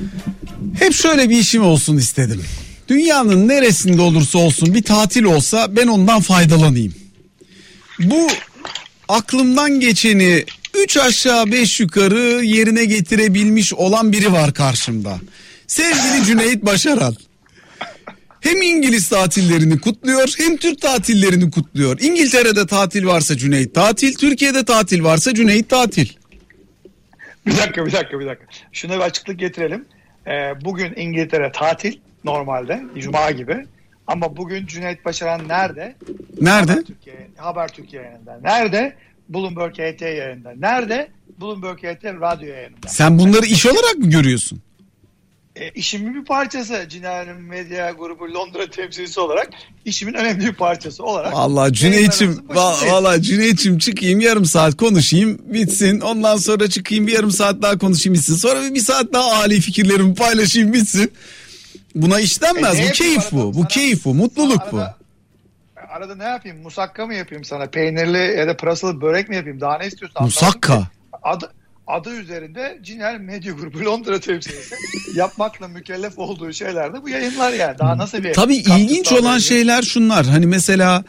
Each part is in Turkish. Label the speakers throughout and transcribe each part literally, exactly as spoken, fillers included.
Speaker 1: Hep şöyle bir işim olsun istedim. Dünyanın neresinde olursa olsun bir tatil olsa ben ondan faydalanayım. Bu aklımdan geçeni üç aşağı beş yukarı yerine getirebilmiş olan biri var karşımda. Sevgili Cüneyt Başaran. Hem İngiliz tatillerini kutluyor hem Türk tatillerini kutluyor. İngiltere'de tatil varsa Cüneyt tatil, Türkiye'de tatil varsa Cüneyt tatil.
Speaker 2: Bir dakika bir dakika bir dakika. Şuna bir açıklık getirelim. Ee, bugün İngiltere tatil normalde Cuma gibi. Ama bugün Cüneyt Başaran nerede?
Speaker 1: Nerede?
Speaker 2: Haber Türkiye, Haber Türkiye yayınında. Nerede? Bloomberg H T yayınında. Nerede? Bloomberg H T radyo yayınında.
Speaker 1: Sen bunları iş olarak mı görüyorsun?
Speaker 2: E, işimin bir parçası. Cinayet Medya Grubu Londra temsilcisi olarak işimin önemli bir parçası olarak.
Speaker 1: Vallahi Cüneyt'im, vallahi Cüneyt'im çıkayım yarım saat konuşayım bitsin. Ondan sonra çıkayım bir yarım saat daha konuşayım bitsin. Sonra bir, bir saat daha âli fikirlerimi paylaşayım bitsin. Buna iş denmez. E, bu keyif bu. Bu sana, keyif bu. Mutluluk arada,
Speaker 2: bu. Arada ne yapayım? Musakka mı yapayım sana? Peynirli ya da pırasalı börek mi yapayım? Daha ne istiyorsan.
Speaker 1: Musakka.
Speaker 2: Adı Adı üzerinde Cinel Medya Grubu Londra temsilcisi yapmakla mükellef olduğu şeyler de bu yayınlar yani. Daha nasıl bir...
Speaker 1: Tabii ilginç olan şeyler şunlar. Hani mesela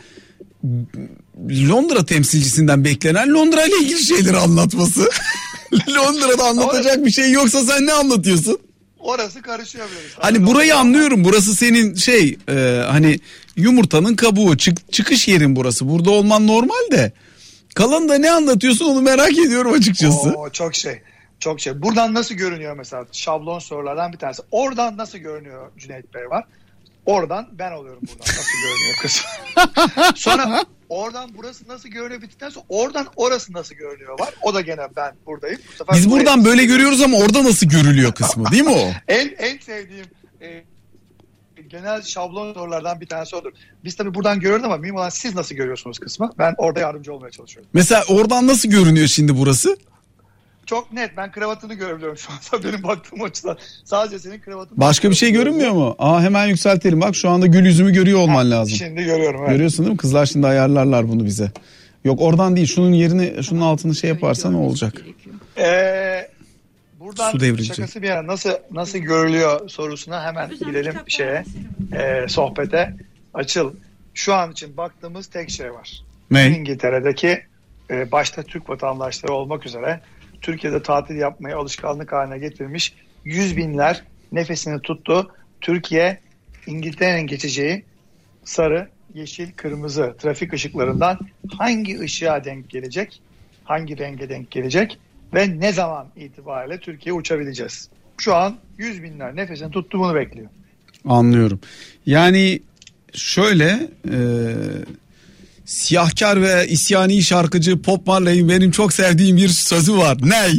Speaker 1: Londra temsilcisinden beklenen Londra ile ilgili şeyleri anlatması. Londra'da anlatacak bir şey yoksa sen ne anlatıyorsun?
Speaker 2: Orası karışıyor biraz.
Speaker 1: Hani burayı anlıyorum. Burası senin şey e, hani yumurtanın kabuğu çık, çıkış yerin burası. Burada olman normal de. Kalan da ne anlatıyorsun onu merak ediyorum açıkçası.
Speaker 2: Oo, çok şey. Çok şey. Buradan nasıl görünüyor mesela? Şablon sorulardan bir tanesi. Oradan nasıl görünüyor Cüneyt Bey var. Oradan ben oluyorum buradan. Nasıl görünüyor kız. Sonra oradan burası nasıl görünüyor bittikten sonra oradan orası nasıl görünüyor var. O da gene ben buradayım. Bu sefer
Speaker 1: biz buradan böyle görüyoruz ama orada nasıl görülüyor kısmı değil mi o?
Speaker 2: en en sevdiğim e, genel şablon sorulardan bir tanesi odur. Biz tabii buradan görüyoruz ama mühim olan siz nasıl görüyorsunuz kısmı. Ben orada yardımcı olmaya çalışıyorum.
Speaker 1: Mesela oradan nasıl görünüyor şimdi burası?
Speaker 2: Çok net. Ben kravatını görebiliyorum şu anda benim baktığım açıdan. Sadece senin kravatın.
Speaker 1: Başka bir şey görünmüyor mu? Aa hemen yükseltelim. Bak şu anda gül yüzümü görüyor olman ha, lazım.
Speaker 2: Şimdi görüyorum. Evet.
Speaker 1: Görüyorsun değil mi? Kızlar şimdi ayarlarlar bunu bize. Yok oradan değil. Şunun yerini, şunun altını şey yaparsa ne olacak?
Speaker 2: Eee Buradan şakası bir yana nasıl nasıl görülüyor sorusuna hemen gidelim şeye e, sohbete. Açıl. Şu an için baktığımız tek şey var.
Speaker 1: Ne?
Speaker 2: İngiltere'deki e, başta Türk vatandaşları olmak üzere Türkiye'de tatil yapmayı alışkanlık haline getirmiş yüz binler nefesini tuttu. Türkiye İngiltere'nin geçeceği sarı, yeşil, kırmızı trafik ışıklarından hangi ışığa denk gelecek? Hangi renge denk gelecek? Ve ne zaman itibariyle Türkiye'ye uçabileceğiz? Şu an yüz binler nefesini tuttu bunu bekliyor.
Speaker 1: Anlıyorum. Yani şöyle e, siyahkar ve isyani şarkıcı Bob Marley'in benim çok sevdiğim bir sözü var. Ney?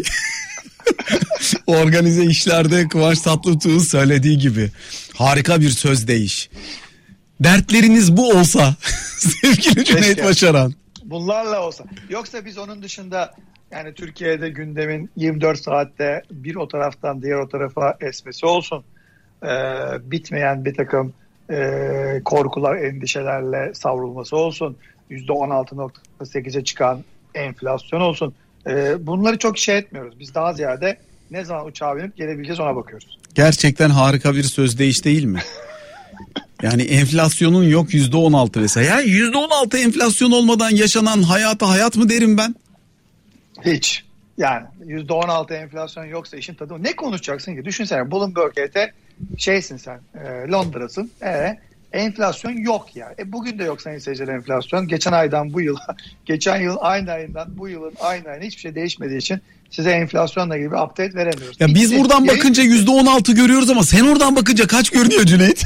Speaker 1: Organize işlerde Kıvanç Tatlıtuğ'un söylediği gibi. Harika bir söz değiş. Dertleriniz bu olsa sevgili Cüneyt Başaran.
Speaker 2: Bunlarla olsa. Yoksa biz onun dışında yani Türkiye'de gündemin yirmi dört saatte bir o taraftan diğer o tarafa esmesi olsun. Ee, bitmeyen bir takım e, korkular, endişelerle savrulması olsun. yüzde on altı nokta sekize çıkan enflasyon olsun. Ee, bunları çok şey etmiyoruz. Biz daha ziyade ne zaman uçağa binip gelebileceğiz ona bakıyoruz.
Speaker 1: Gerçekten harika bir sözdeyiş değil mi? Yani enflasyonun yok yüzde on altı mesela. Yani yüzde on altı enflasyon olmadan yaşanan hayata hayat mı derim ben?
Speaker 2: Hiç. Yani yüzde on altı enflasyon yoksa işin tadı ne konuşacaksın ki? Düşünsene Bloomberg'e şeysin sen e, Londra'sın. E, enflasyon yok ya. E, bugün de yok sayın seyirciler enflasyon. Geçen aydan bu yıl, geçen yıl aynı ayından bu yılın aynı ayına hiçbir şey değişmediği için size enflasyonla ilgili bir update veremiyoruz.
Speaker 1: Ya biz
Speaker 2: Bitti.
Speaker 1: buradan bakınca yüzde on altı görüyoruz ama sen oradan bakınca kaç görünüyor Cüneyt?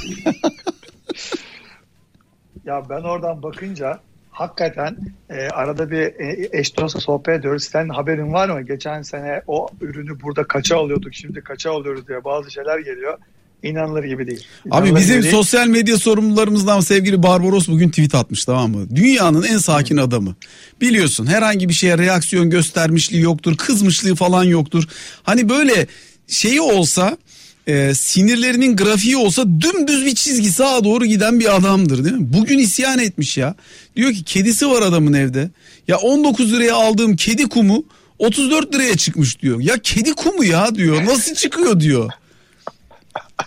Speaker 2: Ya ben oradan bakınca hakikaten e, arada bir e, eş dostla sohbet ediyoruz. Senin haberin var mı? Geçen sene o ürünü burada kaça alıyorduk, şimdi kaça alıyoruz diye bazı şeyler geliyor. İnanılır gibi değil. İnanılır
Speaker 1: Abi bizim
Speaker 2: değil.
Speaker 1: sosyal medya sorumlularımızdan sevgili Barbaros bugün tweet atmış, tamam mı? Dünyanın en sakin adamı. Biliyorsun herhangi bir şeye reaksiyon göstermişliği yoktur, kızmışlığı falan yoktur. Hani böyle şeyi olsa... E, sinirlerinin grafiği olsa dümdüz bir çizgi sağa doğru giden bir adamdır değil mi? Bugün isyan etmiş ya. Diyor ki kedisi var adamın evde. Ya on dokuz liraya aldığım kedi kumu otuz dört liraya çıkmış diyor. Ya kedi kumu ya diyor. Nasıl çıkıyor diyor.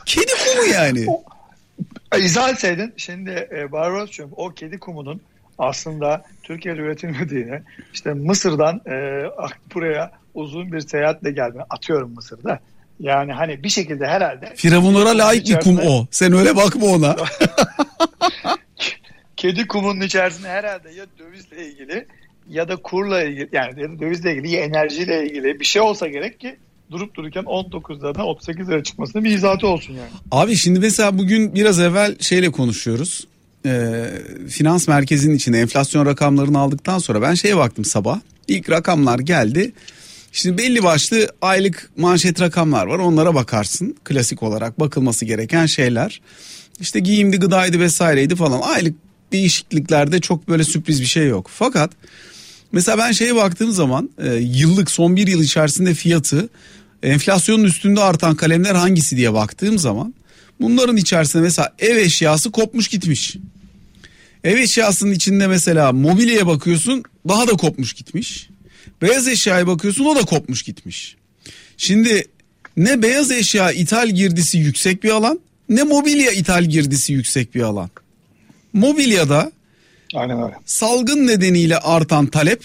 Speaker 1: Kedi kumu yani.
Speaker 2: O, izah etseydin şimdi e, Barbaros'cum, o kedi kumunun aslında Türkiye'de üretilmediğini, işte Mısır'dan e, buraya uzun bir seyahatle gelme, atıyorum Mısır'da. Yani hani bir şekilde herhalde
Speaker 1: Firavunlara layık bir kum o. Sen öyle bakma ona.
Speaker 2: Kedi kumunun içerisinde herhalde ya dövizle ilgili ya da kurla ilgili, yani ya da dövizle ilgili ya enerjiyle ilgili bir şey olsa gerek ki durup dururken on dokuz liradan otuz sekiz lira çıkmasının bir izahatı olsun yani.
Speaker 1: Abi şimdi mesela bugün biraz evvel şeyle konuşuyoruz. Ee, finans merkezinin içinde enflasyon rakamlarını aldıktan sonra ben şeye baktım sabah. İlk rakamlar geldi. Şimdi belli başlı aylık manşet rakamlar var. Onlara bakarsın. Klasik olarak bakılması gereken şeyler. İşte giyimdi, gıdaydı vesaireydi falan. Aylık değişikliklerde çok böyle sürpriz bir şey yok. Fakat mesela ben şeye baktığım zaman e, yıllık son bir yıl içerisinde fiyatı enflasyonun üstünde artan kalemler hangisi diye baktığım zaman bunların içerisinde mesela ev eşyası kopmuş gitmiş. Ev eşyasının içinde mesela mobilyaya bakıyorsun, daha da kopmuş gitmiş. Beyaz eşyaya bakıyorsun, o da kopmuş gitmiş. Şimdi ne beyaz eşya ithal girdisi yüksek bir alan, ne mobilya ithal girdisi yüksek bir alan. Mobilyada
Speaker 2: aynen öyle.
Speaker 1: Salgın nedeniyle artan talep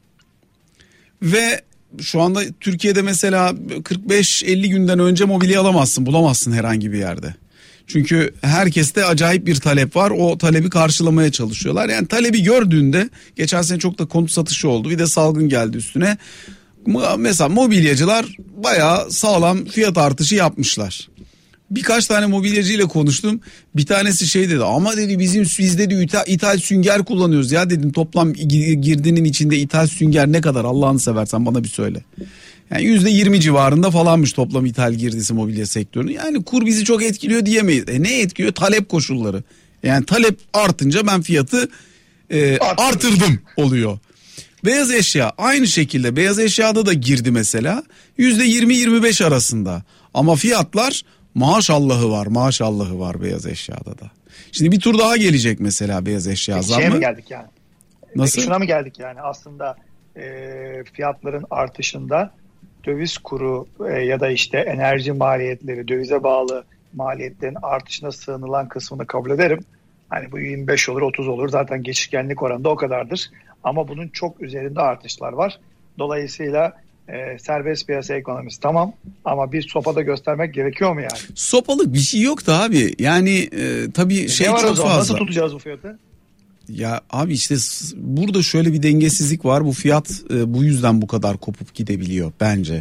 Speaker 1: ve şu anda Türkiye'de mesela kırk beş elli günden önce mobilya alamazsın, bulamazsın herhangi bir yerde. Çünkü herkeste acayip bir talep var. O talebi karşılamaya çalışıyorlar. Yani talebi gördüğünde, geçen sene çok da konut satışı oldu. Bir de salgın geldi üstüne. Mesela mobilyacılar bayağı sağlam fiyat artışı yapmışlar. Birkaç tane mobilyacıyla konuştum. Bir tanesi şey dedi, ama dedi bizim biz dedi ithal, ithal sünger kullanıyoruz. Ya dedim, toplam girdinin içinde ithal sünger ne kadar, Allah'ını seversen bana bir söyle. Yani yüzde yirmi civarında falanmış toplam ithal girdisi mobilya sektörünün. Yani kur bizi çok etkiliyor diyemeyiz. E ne etkiliyor? Talep koşulları. Yani talep artınca ben fiyatı e, artırdım oluyor. Beyaz eşya aynı şekilde, beyaz eşyada da girdi mesela yüzde yirmi yirmi beş arasında. Ama fiyatlar maşallahı var, maşallahı var beyaz eşyada da. Şimdi bir tur daha gelecek mesela beyaz eşya zammı.
Speaker 2: Şeye mi geldik yani?
Speaker 1: Nasıl?
Speaker 2: Peki şuna mı geldik yani? Aslında e, fiyatların artışında döviz kuru e, ya da işte enerji maliyetleri, dövize bağlı maliyetlerin artışına sığınılan kısmını kabul ederim. Hani bu yirmi beş olur, otuz olur, zaten geçişkenlik oranında o kadardır. Ama bunun çok üzerinde artışlar var. Dolayısıyla e, serbest piyasa ekonomisi tamam, ama bir sopada göstermek gerekiyor mu yani?
Speaker 1: Sopalık bir şey yok da abi. Yani e, tabii
Speaker 2: e
Speaker 1: şey
Speaker 2: çok
Speaker 1: fazla.
Speaker 2: Nasıl tutacağız bu fiyatı?
Speaker 1: Ya abi işte burada şöyle bir dengesizlik var. Bu fiyat e, bu yüzden bu kadar kopup gidebiliyor bence.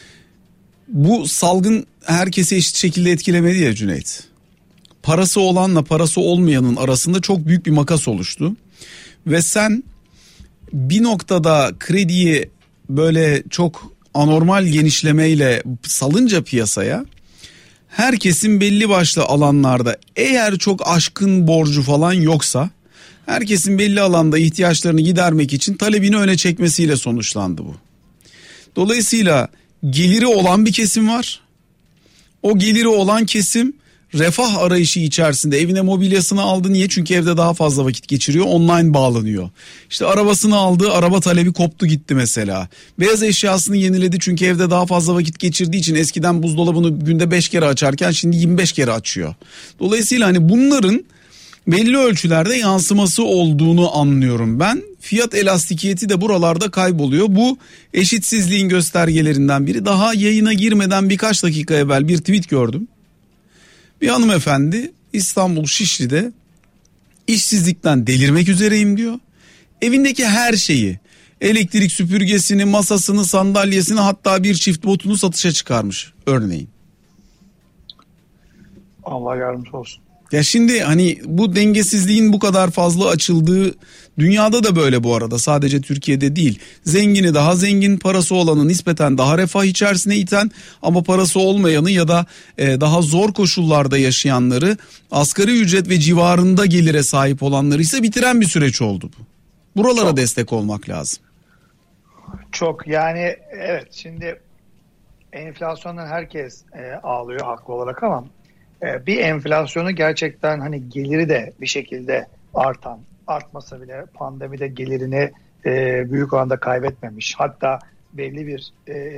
Speaker 1: Bu salgın herkesi eşit şekilde etkilemedi ya Cüneyt. Parası olanla parası olmayanın arasında çok büyük bir makas oluştu. Ve sen bir noktada krediyi böyle çok anormal genişlemeyle salınca piyasaya, herkesin belli başlı alanlarda eğer çok aşkın borcu falan yoksa, herkesin belli alanda ihtiyaçlarını gidermek için talebini öne çekmesiyle sonuçlandı bu. Dolayısıyla geliri olan bir kesim var. O geliri olan kesim refah arayışı içerisinde evine mobilyasını aldı. Niye? Çünkü evde daha fazla vakit geçiriyor. Online bağlanıyor. İşte arabasını aldı. Araba talebi koptu gitti mesela. Beyaz eşyasını yeniledi. Çünkü evde daha fazla vakit geçirdiği için eskiden buzdolabını günde beş kere açarken şimdi yirmi beş kere açıyor. Dolayısıyla hani bunların belli ölçülerde yansıması olduğunu anlıyorum ben. Fiyat elastikiyeti de buralarda kayboluyor. Bu eşitsizliğin göstergelerinden biri. Daha yayına girmeden birkaç dakika evvel bir tweet gördüm. Bir hanımefendi İstanbul Şişli'de işsizlikten delirmek üzereyim diyor. Evindeki her şeyi, elektrik süpürgesini, masasını, sandalyesini, hatta bir çift botunu satışa çıkarmış örneğin.
Speaker 2: Allah yardımcı olsun.
Speaker 1: Ya şimdi hani bu dengesizliğin bu kadar fazla açıldığı, dünyada da böyle bu arada, sadece Türkiye'de değil. Zengini daha zengin, parası olanı nispeten daha refah içerisine iten, ama parası olmayanı ya da e, daha zor koşullarda yaşayanları, asgari ücret ve civarında gelire sahip olanları ise bitiren bir süreç oldu bu. Buralara Çok. destek olmak lazım.
Speaker 2: Çok yani evet, şimdi enflasyondan herkes e, ağlıyor haklı olarak, ama bir enflasyonu gerçekten hani geliri de bir şekilde artan, artmasa bile pandemide gelirini e, büyük oranda kaybetmemiş. Hatta belli bir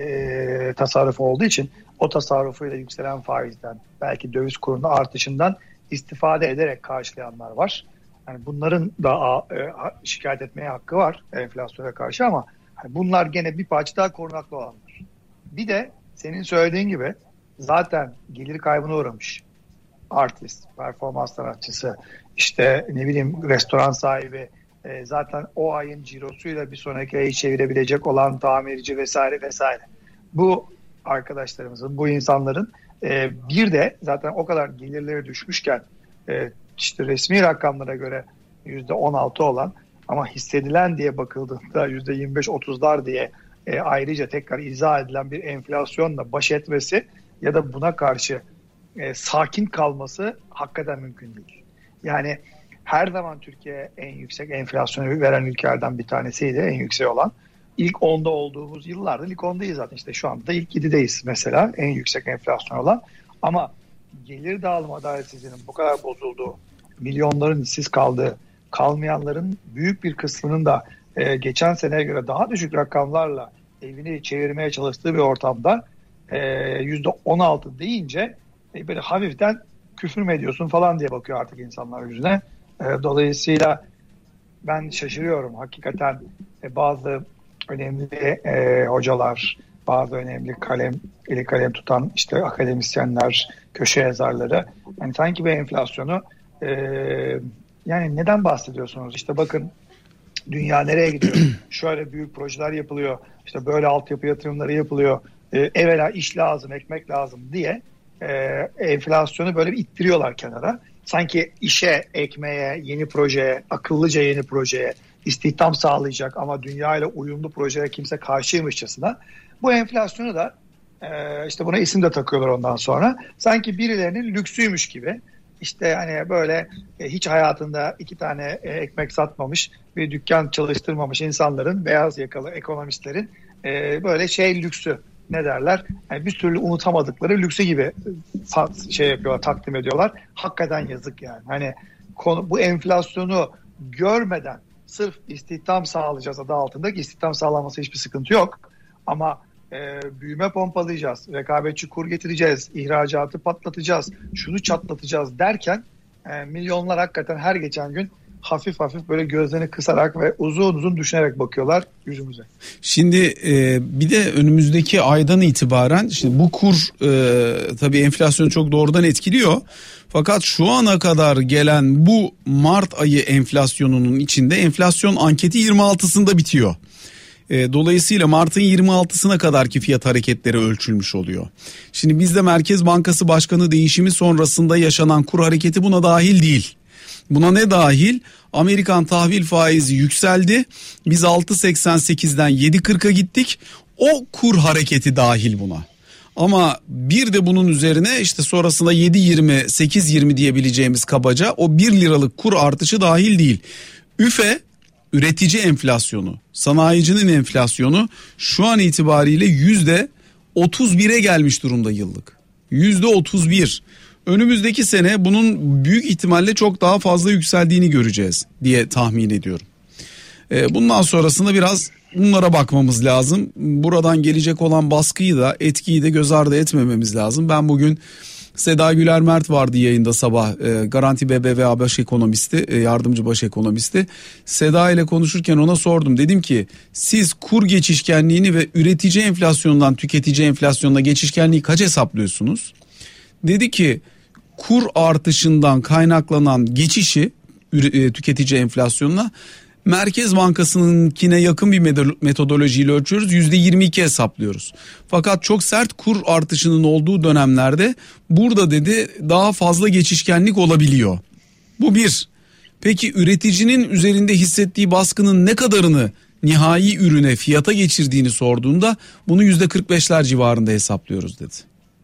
Speaker 2: e, tasarruf olduğu için o tasarrufuyla yükselen faizden, belki döviz kurunun artışından istifade ederek karşılayanlar var. Yani bunların da e, şikayet etmeye hakkı var enflasyona karşı, ama hani bunlar gene bir parça daha korunaklı olanlar. Bir de senin söylediğin gibi zaten gelir kaybına uğramış artist, performans sanatçısı, işte ne bileyim restoran sahibi, e, zaten o ayın cirosuyla bir sonraki ayı çevirebilecek olan tamirci vesaire vesaire. Bu arkadaşlarımızın, bu insanların e, bir de zaten o kadar gelirleri düşmüşken e, işte resmi rakamlara göre yüzde on altı olan ama hissedilen diye bakıldığında yüzde yirmi beş otuzlar diye e, ayrıca tekrar izah edilen bir enflasyonla baş etmesi ya da buna karşı e, sakin kalması hakikaten mümkün değil. Yani her zaman Türkiye en yüksek enflasyonu veren ülkelerden bir tanesiydi, en yüksek olan. İlk onda olduğumuz yıllarda ilk ondayız zaten, işte şu anda da ilk yedideyiz mesela, en yüksek enflasyon olan. Ama gelir dağılım adaletsizliğinin bu kadar bozulduğu, milyonların işsiz kaldığı, kalmayanların büyük bir kısmının da e, geçen seneye göre daha düşük rakamlarla evini çevirmeye çalıştığı bir ortamda e, yüzde on altı deyince e, böyle hafiften küfür mü ediyorsun falan diye bakıyor artık insanlar yüzüne. E, dolayısıyla ben şaşırıyorum hakikaten, e, bazı önemli e, hocalar, bazı önemli kalem eli kalem tutan işte akademisyenler, köşe yazarları, yani sanki bir enflasyonu e, yani neden bahsediyorsunuz? İşte bakın dünya nereye gidiyor? Şöyle büyük projeler yapılıyor, işte böyle altyapı yatırımları yapılıyor, e, evvela iş lazım, ekmek lazım diye e, enflasyonu böyle bir ittiriyorlar kenara. Sanki işe, ekmeğe, yeni projeye, akıllıca yeni projeye, istihdam sağlayacak ama dünyayla uyumlu projeye kimse karşıymışçasına bu enflasyonu da e, işte buna isim de takıyorlar ondan sonra. Sanki birilerinin lüksüymüş gibi, işte hani böyle e, hiç hayatında iki tane e, ekmek satmamış, bir dükkan çalıştırmamış insanların, beyaz yakalı ekonomistlerin e, böyle şey lüksü, ne derler? Yani bir türlü unutamadıkları lüksü gibi şey yapıyorlar, takdim ediyorlar. Hakikaten yazık yani. Hani konu, bu enflasyonu görmeden sırf istihdam sağlayacağız adı altında, ki istihdam sağlanması hiçbir sıkıntı yok. Ama e, büyüme pompalayacağız, rekabetçi kur getireceğiz, ihracatı patlatacağız, şunu çatlatacağız derken e, milyonlar hakikaten her geçen gün hafif hafif böyle gözlerini kısarak ve uzun uzun düşünerek bakıyorlar yüzümüze.
Speaker 1: Şimdi e, bir de önümüzdeki aydan itibaren şimdi bu kur e, tabii enflasyonu çok doğrudan etkiliyor. Fakat şu ana kadar gelen bu Mart ayı enflasyonunun içinde enflasyon anketi yirmi altısında bitiyor. E, dolayısıyla Mart'ın yirmi altısına kadarki fiyat hareketleri ölçülmüş oluyor. Şimdi bizde Merkez Bankası Başkanı değişimi sonrasında yaşanan kur hareketi buna dahil değil. Buna ne dahil? Amerikan tahvil faizi yükseldi. Biz altı seksen sekizden yedi kırka gittik. O kur hareketi dahil buna. Ama bir de bunun üzerine işte sonrasında yedi yirmi sekiz yirmi diyebileceğimiz kabaca o bir liralık kur artışı dahil değil. Üfe, üretici enflasyonu, sanayicinin enflasyonu şu an itibariyle yüzde otuz bire gelmiş durumda yıllık. yüzde otuz bir. Önümüzdeki sene bunun büyük ihtimalle çok daha fazla yükseldiğini göreceğiz diye tahmin ediyorum. Bundan sonrasında biraz bunlara bakmamız lazım. Buradan gelecek olan baskıyı da, etkiyi de göz ardı etmememiz lazım. Ben bugün Seda Güler Mert vardı yayında sabah, Garanti B B V A baş ekonomisti, yardımcı baş ekonomisti. Seda ile konuşurken ona sordum, dedim ki siz kur geçişkenliğini ve üretici enflasyondan tüketici enflasyonuna geçişkenliği kaç hesaplıyorsunuz? Dedi ki kur artışından kaynaklanan geçişi tüketici enflasyonuna Merkez Bankası'nınkine yakın bir metodolojiyle ölçüyoruz. yüzde yirmi iki hesaplıyoruz. Fakat çok sert kur artışının olduğu dönemlerde burada dedi daha fazla geçişkenlik olabiliyor. Bu bir. Peki üreticinin üzerinde hissettiği baskının ne kadarını nihai ürüne, fiyata geçirdiğini sorduğunda bunu yüzde kırk beşler civarında hesaplıyoruz dedi.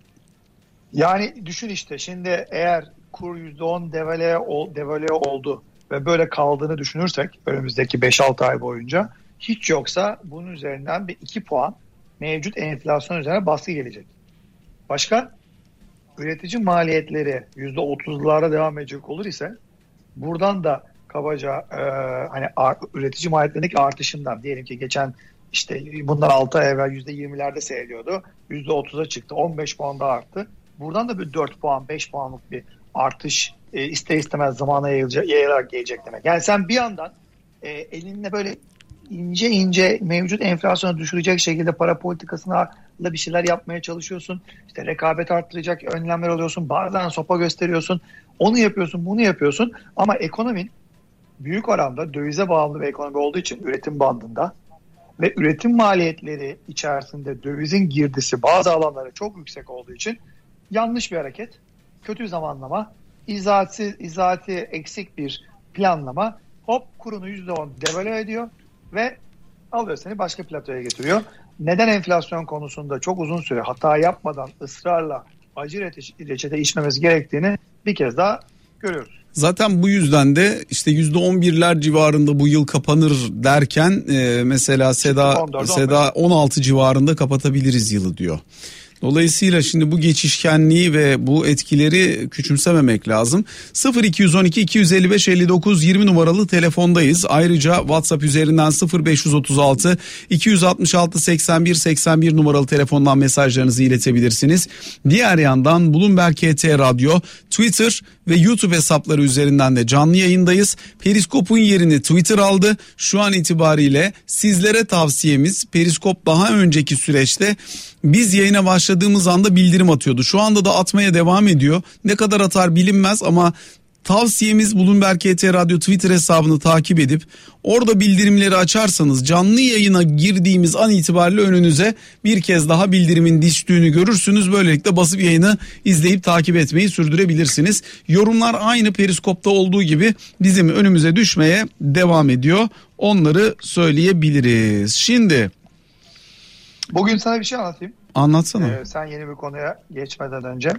Speaker 2: Yani düşün işte, şimdi eğer kur yüzde on devalüe, devalüe oldu ve böyle kaldığını düşünürsek önümüzdeki beş altı ay boyunca, hiç yoksa bunun üzerinden bir iki puan mevcut enflasyon üzerine baskı gelecek. Başka? Üretici maliyetleri yüzde otuzlara devam edecek olur ise buradan da kabaca e, hani art, üretici maliyetlerindeki artışından, diyelim ki geçen işte bundan altı ay evvel yüzde yirmilerde seyrediyordu. yüzde otuza çıktı. on beş puan daha arttı. Buradan da bir dört puan beş puanlık bir artış e, ister istemez zamana yayılacak, yayılarak gelecek demek. Yani sen bir yandan e, elinle böyle ince ince mevcut enflasyonu düşürecek şekilde para politikasına da bir şeyler yapmaya çalışıyorsun. İşte rekabet arttıracak önlemler alıyorsun. Bazen sopa gösteriyorsun. Onu yapıyorsun, bunu yapıyorsun. Ama ekonomin büyük oranda dövize bağımlı bir ekonomi olduğu için üretim bandında ve üretim maliyetleri içerisinde dövizin girdisi bazı alanlara çok yüksek olduğu için yanlış bir hareket, kötü zamanlama, izahatsiz, izahati eksik bir planlama hop kurunu yüzde on devalüe ediyor ve alıyor seni başka platoya getiriyor. Neden enflasyon konusunda çok uzun süre hata yapmadan ısrarla acı reçete içmemiz gerektiğini bir kez daha görüyoruz.
Speaker 1: Zaten bu yüzden de işte yüzde on birler civarında bu yıl kapanır derken e, mesela Seda on dört, Seda on altı civarında kapatabiliriz yılı diyor. Dolayısıyla şimdi bu geçişkenliği ve bu etkileri küçümsememek lazım. sıfır iki yüz on iki iki yüz elli beş elli dokuz yirmi numaralı telefondayız. Ayrıca WhatsApp üzerinden sıfır beş yüz otuz altı iki yüz altmış altı seksen bir seksen bir numaralı telefondan mesajlarınızı iletebilirsiniz. Diğer yandan Bloomberg K T Radyo, Twitter ve YouTube hesapları üzerinden de canlı yayındayız. Periskop'un yerini Twitter aldı. Şu an itibariyle sizlere tavsiyemiz, Periskop daha önceki süreçte biz yayına başladığımız anda bildirim atıyordu. Şu anda da atmaya devam ediyor. Ne kadar atar bilinmez ama tavsiyemiz Bloomberg K T Radyo Twitter hesabını takip edip orada bildirimleri açarsanız canlı yayına girdiğimiz an itibariyle önünüze bir kez daha bildirimin düştüğünü görürsünüz. Böylelikle basıp yayını izleyip takip etmeyi sürdürebilirsiniz. Yorumlar aynı Periskop'ta olduğu gibi bizim önümüze düşmeye devam ediyor. Onları söyleyebiliriz. Şimdi
Speaker 2: bugün sana bir şey anlatayım.
Speaker 1: Anlatsana.
Speaker 2: Ee, sen yeni bir konuya geçmeden önce.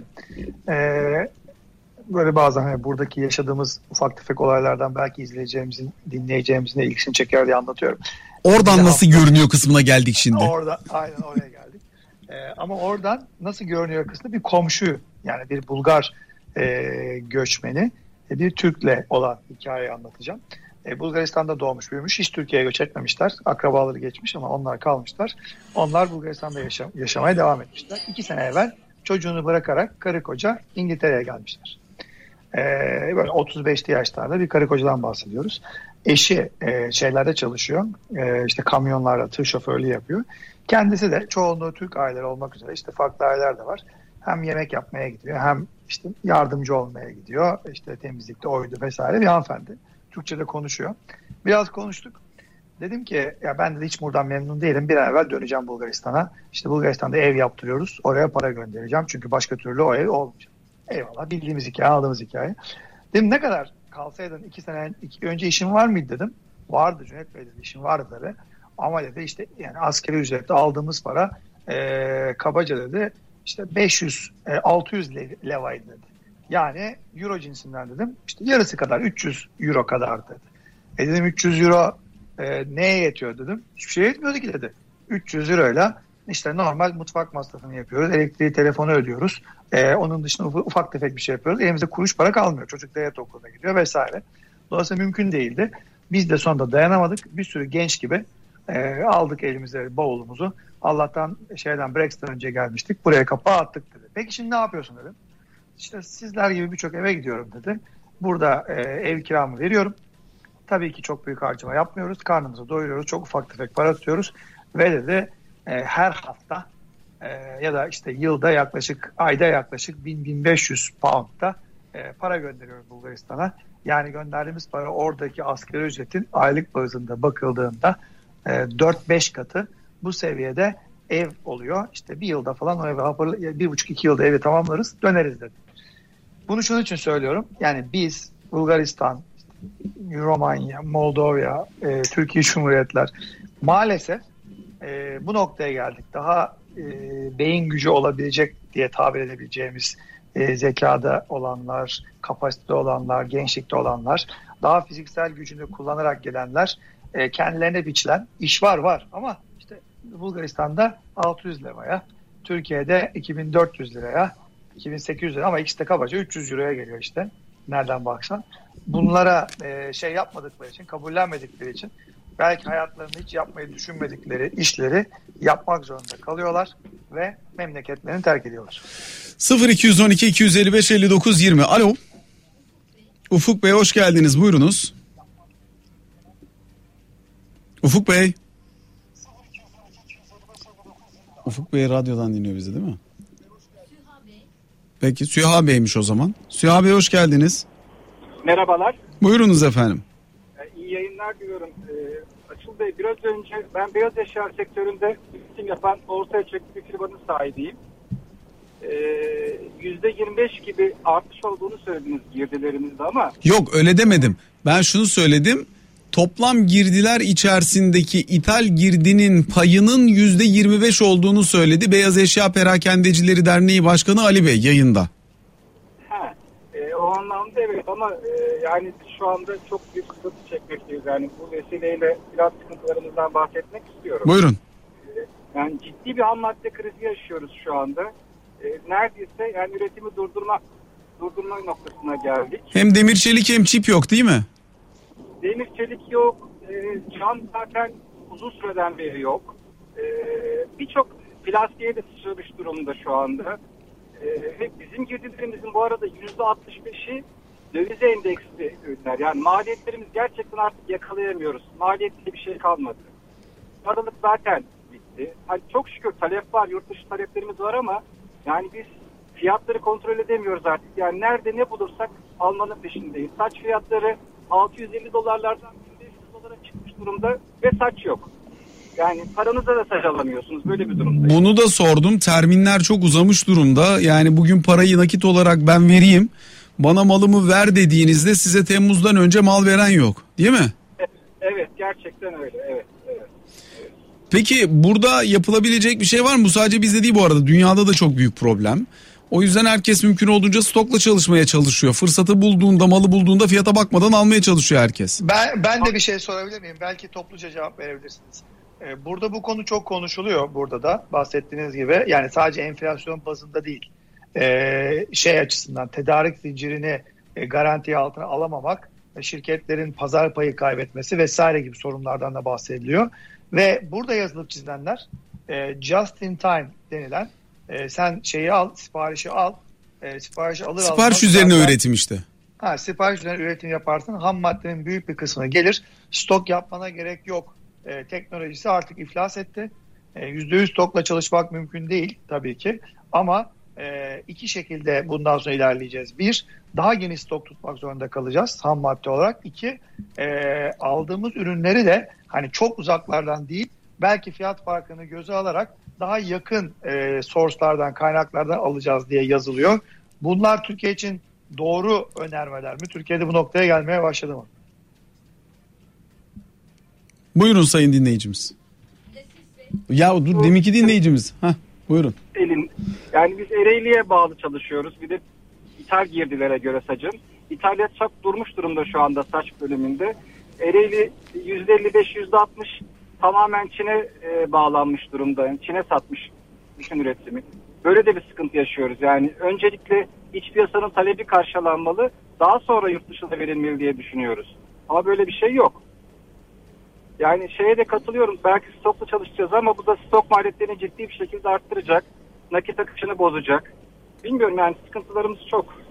Speaker 2: Ee, böyle bazen hani buradaki yaşadığımız ufak tefek olaylardan belki izleyeceğimizin, dinleyeceğimizin de ilgisini çeker diye anlatıyorum.
Speaker 1: Oradan
Speaker 2: Bize
Speaker 1: nasıl hafta, görünüyor kısmına geldik şimdi.
Speaker 2: Orada, aynen oraya geldik. Ee, ama oradan nasıl görünüyor kısmında bir komşu, yani bir Bulgar e, göçmeni, e, bir Türk'le olan hikayeyi anlatacağım. E, Bulgaristan'da doğmuş büyümüş. Hiç Türkiye'ye göç etmemişler. Akrabaları geçmiş ama onlar kalmışlar. Onlar Bulgaristan'da yaşam, yaşamaya devam etmişler. İki sene evvel çocuğunu bırakarak karı koca İngiltere'ye gelmişler. E, böyle otuz beşli yaşlarda bir karı kocadan bahsediyoruz. Eşi e, şeylerde çalışıyor. E, işte kamyonlarda tır şoförlüğü yapıyor. Kendisi de çoğunluğu Türk aileleri olmak üzere işte farklı aileler de var. Hem yemek yapmaya gidiyor hem işte yardımcı olmaya gidiyor. İşte temizlikte oydu vesaire bir hanımefendi. Türkçe'de konuşuyor. Biraz konuştuk. Dedim ki ya ben de hiç buradan memnun değilim. Bir an evvel döneceğim Bulgaristan'a. İşte Bulgaristan'da ev yaptırıyoruz. Oraya para göndereceğim. Çünkü başka türlü o ev olmayacak. Eyvallah, bildiğimiz hikaye, aldığımız hikaye. Dedim ne kadar kalsaydın iki sene iki, önce işin var mıydı dedim. Vardı Cüneyt Bey dedi, işin vardı dedi. Ama dedi işte yani askeri ücretle aldığımız para ee, kabaca dedi işte beş yüz altı yüz levaydı dedi. Yani euro cinsinden dedim. İşte yarısı kadar üç yüz euro kadar dedi. E dedim üç yüz euro e, neye yetiyor dedim. Hiçbir şey yetmiyordu ki dedi. üç yüz euroyla işte normal mutfak masrafını yapıyoruz. Elektriği, telefonu ödüyoruz. E, onun dışında ufak tefek bir şey yapıyoruz. Elimizde kuruş para kalmıyor. Çocuk devlet okuluna gidiyor vesaire. Dolayısıyla mümkün değildi. Biz de sonunda dayanamadık. Bir sürü genç gibi e, aldık elimize bavulumuzu. Allah'tan şeyden Brexit'ten önce gelmiştik. Buraya kapağı attık dedi. Peki şimdi ne yapıyorsun dedim. İşte sizler gibi birçok eve gidiyorum dedi. Burada e, ev kiramı veriyorum. Tabii ki çok büyük harcama yapmıyoruz. Karnımızı doyuruyoruz. Çok ufak tefek para tutuyoruz. Ve dedi e, her hafta e, ya da işte yılda yaklaşık ayda yaklaşık bin bin beş yüz pound'da e, para gönderiyoruz Bulgaristan'a. Yani gönderdiğimiz para oradaki asgari ücretin aylık bazında bakıldığında e, dört beş katı bu seviyede ev oluyor. İşte bir yılda falan o evi, bir buçuk iki yılda evi tamamlarız, döneriz dedi. Bunu şunun için söylüyorum. Yani biz Bulgaristan, Romanya, Moldova, e, Türkiye Cumhuriyetler maalesef e, bu noktaya geldik. Daha e, beyin gücü olabilecek diye tabir edebileceğimiz e, zekada olanlar, kapasitede olanlar, gençlikte olanlar, daha fiziksel gücünü kullanarak gelenler, e, kendilerine biçilen iş var var ama işte Bulgaristan'da altı yüz liraya, Türkiye'de iki bin dört yüz liraya, iki bin sekiz yüz lira ama ikisi de kabaca üç yüz euroya geliyor işte. Nereden baksan. Bunlara e, şey yapmadıkları için, kabullenmedikleri için belki hayatlarında hiç yapmayı düşünmedikleri işleri yapmak zorunda kalıyorlar ve memleketlerini terk ediyorlar.
Speaker 1: sıfır iki on iki iki yüz elli beş elli dokuz yirmi. Alo. Ufuk Bey hoş geldiniz. Buyurunuz. Ufuk Bey. Ufuk Bey radyodan dinliyor bizi değil mi? Peki Süha Bey'miş o zaman. Süha Bey hoş geldiniz.
Speaker 3: Merhabalar.
Speaker 1: Buyurunuz efendim.
Speaker 3: İyi yayınlar diliyorum. Ee, Açıl Bey, biraz önce ben beyaz eşya sektöründe üretim yapan orta ölçekli bir firmanın sahibiyim. Ee, yüzde yirmi beş gibi artış olduğunu söylediniz girdilerimizde ama...
Speaker 1: Yok öyle demedim. Ben şunu söyledim. Toplam girdiler içerisindeki ithal girdinin payının yüzde yirmi beş olduğunu söyledi. Beyaz Eşya Perakendecileri Derneği Başkanı Ali Bey yayında.
Speaker 3: Ha, e, o anlamda evet ama e, yani şu anda çok büyük sıkıntı çekmekteyiz. Yani bu vesileyle biraz sıkıntılarımızdan bahsetmek istiyorum.
Speaker 1: Buyurun.
Speaker 3: E, yani ciddi bir ham madde krizi yaşıyoruz şu anda. E, neredeyse yani üretimi durdurma durdurma noktasına geldik.
Speaker 1: Hem demir çelik hem çip yok değil mi?
Speaker 3: Demir çelik yok, e, cam zaten uzun süreden beri yok. E, Birçok plastiğe de sıçramış durumda şu anda. E, ve bizim girdilerimizin bu arada yüzde altmış beşi dövize endeksli ürünler. Yani maliyetlerimiz gerçekten artık yakalayamıyoruz. Maliyetli bir şey kalmadı. Paralık zaten bitti. Hani çok şükür talep var, yurt dışı taleplerimiz var ama yani biz fiyatları kontrol edemiyoruz artık. Yani nerede ne bulursak almanın peşindeyiz. Saç fiyatları altı yüz elli dolarlardan bin beş yüz dolara çıkmış durumda ve saç yok. Yani paranıza da saç alamıyorsunuz. Böyle bir durumda.
Speaker 1: Bunu da sordum. Terminler çok uzamış durumda. Yani bugün parayı nakit olarak ben vereyim. Bana malımı ver dediğinizde size Temmuz'dan önce mal veren yok. Değil mi?
Speaker 3: Evet, evet gerçekten öyle. Evet, evet. Evet.
Speaker 1: Peki burada yapılabilecek bir şey var mı? Bu sadece bizde değil bu arada. Dünyada da çok büyük problem. O yüzden herkes mümkün olduğunca stokla çalışmaya çalışıyor. Fırsatı bulduğunda, malı bulduğunda fiyata bakmadan almaya çalışıyor herkes.
Speaker 2: Ben, ben de bir şey sorabilir miyim? Belki topluca cevap verebilirsiniz. Ee, burada bu konu çok konuşuluyor burada da bahsettiğiniz gibi. Yani sadece enflasyon bazında değil. Ee, şey açısından tedarik zincirini e, garantiye altına alamamak, şirketlerin pazar payı kaybetmesi vesaire gibi sorunlardan da bahsediliyor. Ve burada yazılıp çizilenler e, just in time denilen e, sen şeyi al, siparişi al, e, siparişi alır
Speaker 1: Sipariş
Speaker 2: almaz
Speaker 1: üzerine
Speaker 2: zaten,
Speaker 1: üretim işte.
Speaker 2: Ha, sipariş üzerine üretim yaparsın. Ham maddenin büyük bir kısmı gelir. Stok yapmana gerek yok. E, teknolojisi artık iflas etti. E, yüzde yüz stokla çalışmak mümkün değil tabii ki. Ama e, iki şekilde bundan sonra ilerleyeceğiz. Bir, daha geniş stok tutmak zorunda kalacağız ham madde olarak. İki, e, aldığımız ürünleri de hani çok uzaklardan değil, belki fiyat farkını göze alarak daha yakın e, source'lardan, kaynaklardan alacağız diye yazılıyor. Bunlar Türkiye için doğru önermeler mi? Türkiye'de bu noktaya gelmeye başladı mı?
Speaker 1: Buyurun sayın dinleyicimiz. Ya dur deminki dinleyicimiz. Heh, buyurun.
Speaker 3: Elin, yani biz Ereğli'ye bağlı çalışıyoruz. Bir de ithal girdilere göre sacın. İthalat çok durmuş durumda şu anda saç bölümünde. Ereğli yüzde elli beş yüzde altmış tamamen Çin'e e, bağlanmış durumda. Yani Çin'e satmış bütün üretimi. Böyle de bir sıkıntı yaşıyoruz. Yani öncelikle iç piyasanın talebi karşılanmalı. Daha sonra yurt dışına verilmeli diye düşünüyoruz. Ama böyle bir şey yok. Yani şeye de katılıyorum. Belki stokla çalışacağız ama bu da stok maliyetlerini ciddi bir şekilde arttıracak. Nakit akışını bozacak. Bilmiyorum yani sıkıntılarımız çok.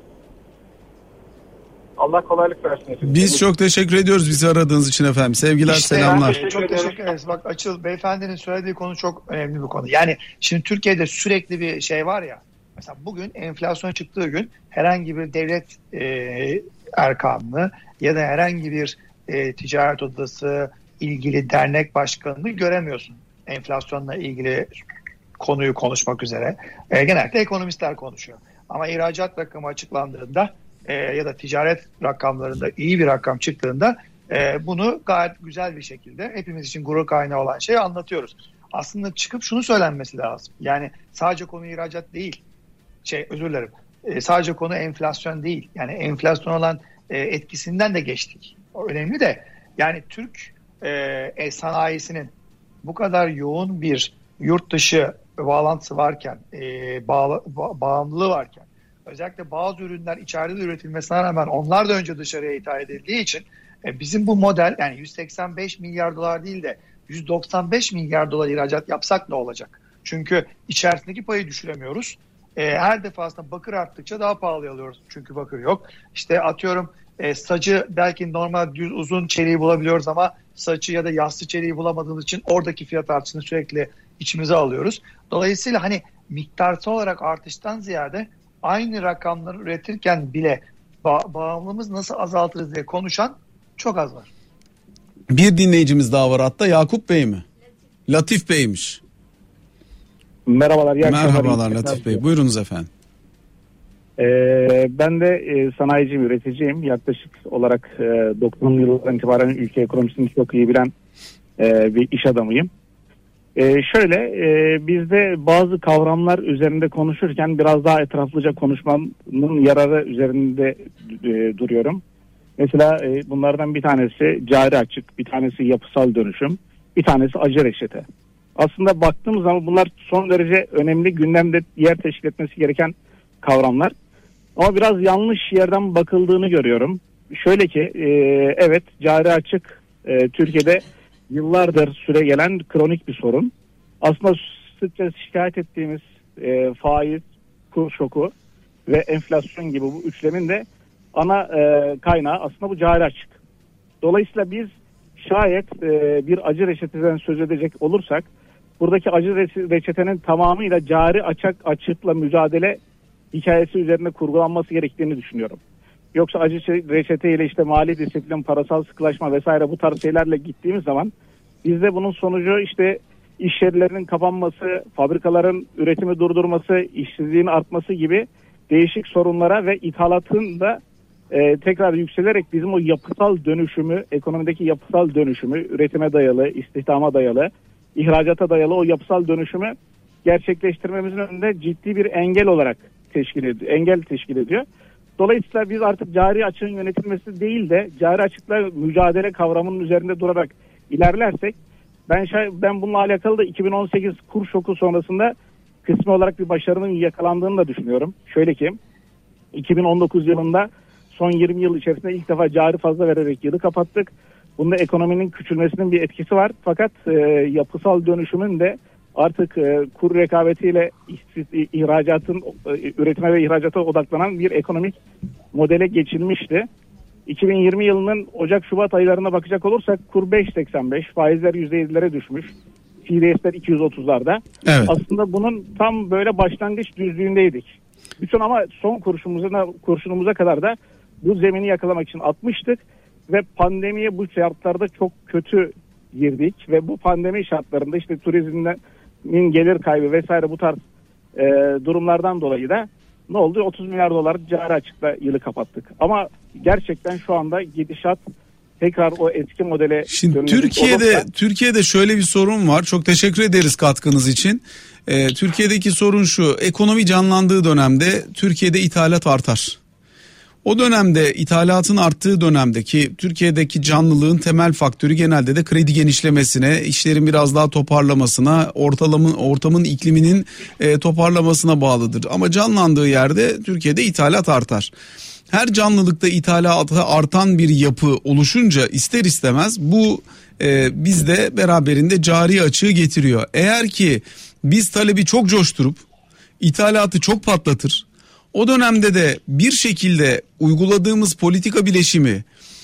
Speaker 3: Allah kolaylık versin. Efendim.
Speaker 1: Biz çok teşekkür ediyoruz bizi aradığınız için efendim. Sevgiler,
Speaker 2: İşte
Speaker 1: selamlar.
Speaker 2: Teşekkür çok teşekkür ederiz. Bak Açıl beyefendinin söylediği konu çok önemli bir konu. Yani şimdi Türkiye'de sürekli bir şey var ya. Mesela bugün enflasyon çıktığı gün herhangi bir devlet e, erkanını ya da herhangi bir e, ticaret odası ilgili dernek başkanını göremiyorsun. Enflasyonla ilgili konuyu konuşmak üzere. E, genellikle ekonomistler konuşuyor. Ama ihracat rakamı açıklandığında e, ya da ticaret rakamlarında iyi bir rakam çıktığında e, bunu gayet güzel bir şekilde hepimiz için gurur kaynağı olan şeyi anlatıyoruz. Aslında çıkıp şunu söylenmesi lazım. Yani sadece konu ihracat değil. Şey özür dilerim. E, sadece konu enflasyon değil. Yani enflasyon olan e, etkisinden de geçtik. O önemli de yani Türk e, sanayisinin bu kadar yoğun bir yurt dışı bağlantısı varken, e, bağla, ba- bağımlılığı varken, özellikle bazı ürünler içeride de üretilmesine rağmen onlar da önce dışarıya ithal edildiği için E, bizim bu model yani yüz seksen beş milyar dolar değil de yüz doksan beş milyar dolar ihracat yapsak ne olacak? Çünkü içerisindeki payı düşüremiyoruz. E, her defasında bakır arttıkça daha pahalı alıyoruz. Çünkü bakır yok. İşte atıyorum e, sacı belki normal düz uzun çeliği bulabiliyoruz ama saçı ya da yassı çeliği bulamadığımız için oradaki fiyat artışını sürekli içimize alıyoruz. Dolayısıyla hani miktarsal olarak artıştan ziyade aynı rakamları üretirken bile ba- bağımlılığımız nasıl azaltırız diye konuşan çok az var.
Speaker 1: Bir dinleyicimiz daha var hatta, Yakup Bey mi? Latif Bey'miş.
Speaker 4: Merhabalar.
Speaker 1: Merhabalar Latif Bey. Buyurunuz efendim.
Speaker 4: Ee, ben de e, sanayiciyim, üreticiyim. Yaklaşık olarak e, doksanlı yıllardan itibaren ülke ekonomisini çok iyi bilen e, bir iş adamıyım. E, şöyle e, bizde bazı kavramlar üzerinde konuşurken biraz daha etraflıca konuşmanın yararı üzerinde e, duruyorum. Mesela e, bunlardan bir tanesi cari açık, bir tanesi yapısal dönüşüm, bir tanesi acı reçete. Aslında baktığımız zaman bunlar son derece önemli, gündemde yer teşkil etmesi gereken kavramlar. Ama biraz yanlış yerden bakıldığını görüyorum. Şöyle ki e, evet cari açık e, Türkiye'de yıllardır süre gelen kronik bir sorun. Aslında sıkça şikayet ettiğimiz e, faiz, kur şoku ve enflasyon gibi bu üçlemin de ana e, kaynağı aslında bu cari açık. Dolayısıyla biz şayet e, bir acı reçeteden söz edecek olursak buradaki acı reçetenin tamamıyla cari açık açıkla mücadele hikayesi üzerine kurgulanması gerektiğini düşünüyorum. Yoksa acı reçeteyle işte mali disiplin, parasal sıkılaşma vesaire bu tarz şeylerle gittiğimiz zaman bizde bunun sonucu işte iş yerlerinin kapanması, fabrikaların üretimi durdurması, işsizliğin artması gibi değişik sorunlara ve ithalatın da e, tekrar yükselerek bizim o yapısal dönüşümü, ekonomideki yapısal dönüşümü, üretime dayalı, istihdama dayalı, ihracata dayalı o yapısal dönüşümü gerçekleştirmemizin önünde ciddi bir engel olarak teşkil ediyor, engel teşkil ediyor. Dolayısıyla biz artık cari açığın yönetilmesi değil de cari açıkla mücadele kavramının üzerinde durarak ilerlersek ben şay- ben bununla alakalı da iki bin on sekiz kur şoku sonrasında kısmi olarak bir başarının yakalandığını da düşünüyorum. Şöyle ki iki bin on dokuz yılında son yirmi yıl içerisinde ilk defa cari fazla vererek yılı kapattık. Bunda ekonominin küçülmesinin bir etkisi var. Fakat e, yapısal dönüşümün de artık e, kur rekabetiyle ihracatın e, üretime ve ihracata odaklanan bir ekonomik modele geçilmişti. iki bin yirmi yılının Ocak-Şubat aylarına bakacak olursak kur beş virgül seksen beş, faizler yüzde yedilere düşmüş. T D S'ler iki yüz otuzlarda.
Speaker 1: Evet.
Speaker 4: Aslında bunun tam böyle başlangıç düzlüğündeydik. Bütün ama son kurşunumuza, kurşunumuza kadar da bu zemini yakalamak için atmıştık. Ve pandemiye bu şartlarda çok kötü girdik. Ve bu pandemi şartlarında işte turizmin gelir kaybı vesaire bu tarz e, durumlardan dolayı da ne oldu? otuz milyar dolar cari açıkla yılı kapattık. Ama gerçekten şu anda gidişat tekrar o eski modele
Speaker 1: Şimdi Türkiye'de olursa... Türkiye'de şöyle bir sorun var. Çok teşekkür ederiz katkınız için. Ee, Türkiye'deki sorun şu: ekonomi canlandığı dönemde Türkiye'de ithalat artar. O dönemde ithalatın arttığı dönemdeki Türkiye'deki canlılığın temel faktörü genelde de kredi genişlemesine, işlerin biraz daha toparlamasına, ortamın ortamın ikliminin e, toparlamasına bağlıdır. Ama canlandığı yerde Türkiye'de ithalat artar. Her canlılıkta ithalatı artan bir yapı oluşunca ister istemez bu e, bizde beraberinde cari açığı getiriyor. Eğer ki biz talebi çok coşturup ithalatı çok patlatır, o dönemde de bir şekilde uyguladığımız politika bileşimi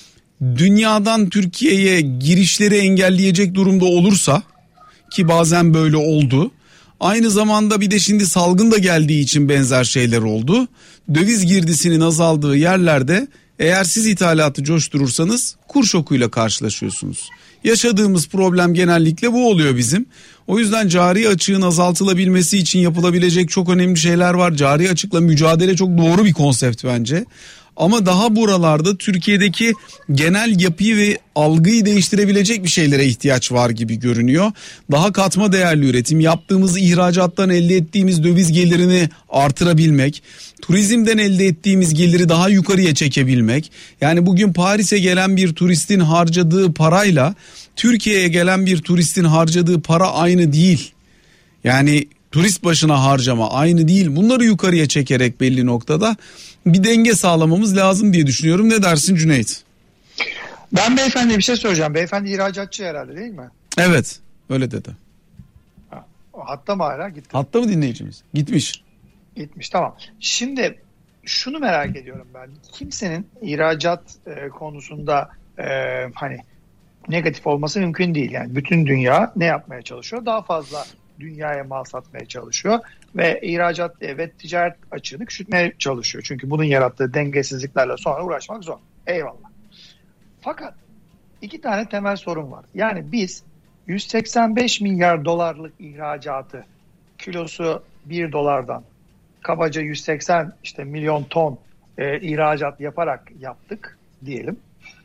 Speaker 1: dünyadan Türkiye'ye girişleri engelleyecek durumda olursa, ki bazen böyle oldu. Aynı zamanda bir de şimdi salgın da geldiği için benzer şeyler oldu. Döviz girdisinin azaldığı yerlerde eğer siz ithalatı coşturursanız kur şokuyla karşılaşıyorsunuz. Yaşadığımız problem genellikle bu oluyor bizim. O yüzden cari açığın azaltılabilmesi için yapılabilecek çok önemli şeyler var. Cari açıkla mücadele çok doğru bir konsept bence. Ama daha buralarda Türkiye'deki genel yapıyı ve algıyı değiştirebilecek bir şeylere ihtiyaç var gibi görünüyor. Daha katma değerli üretim, yaptığımız ihracattan elde ettiğimiz döviz gelirini artırabilmek, turizmden elde ettiğimiz geliri daha yukarıya çekebilmek. Yani bugün Paris'e gelen bir turistin harcadığı parayla Türkiye'ye gelen bir turistin harcadığı para aynı değil. Yani turist başına harcama aynı değil. Bunları yukarıya çekerek belli noktada bir denge sağlamamız lazım diye düşünüyorum. Ne dersin Cüneyt?
Speaker 2: Ben beyefendiye bir şey soracağım. Beyefendi ihracatçı herhalde değil mi?
Speaker 1: Evet, öyle dedi.
Speaker 2: Ha, hatta mı hala gitti?
Speaker 1: Hatta mı dinleyicimiz? Gitmiş.
Speaker 2: Gitmiş, tamam. Şimdi şunu merak ediyorum ben. Kimsenin ihracat e, konusunda e, hani negatif olması mümkün değil. Yani bütün dünya ne yapmaya çalışıyor? Daha fazla dünyaya mal satmaya çalışıyor ve ihracat ve ticaret açığını küçültmeye çalışıyor. Çünkü bunun yarattığı dengesizliklerle sonra uğraşmak zor. Eyvallah. Fakat iki tane temel sorun var. Yani biz yüz seksen beş milyar dolarlık ihracatı kilosu bir dolardan kabaca yüz seksen işte milyon ton e, ihracat yaparak yaptık diyelim.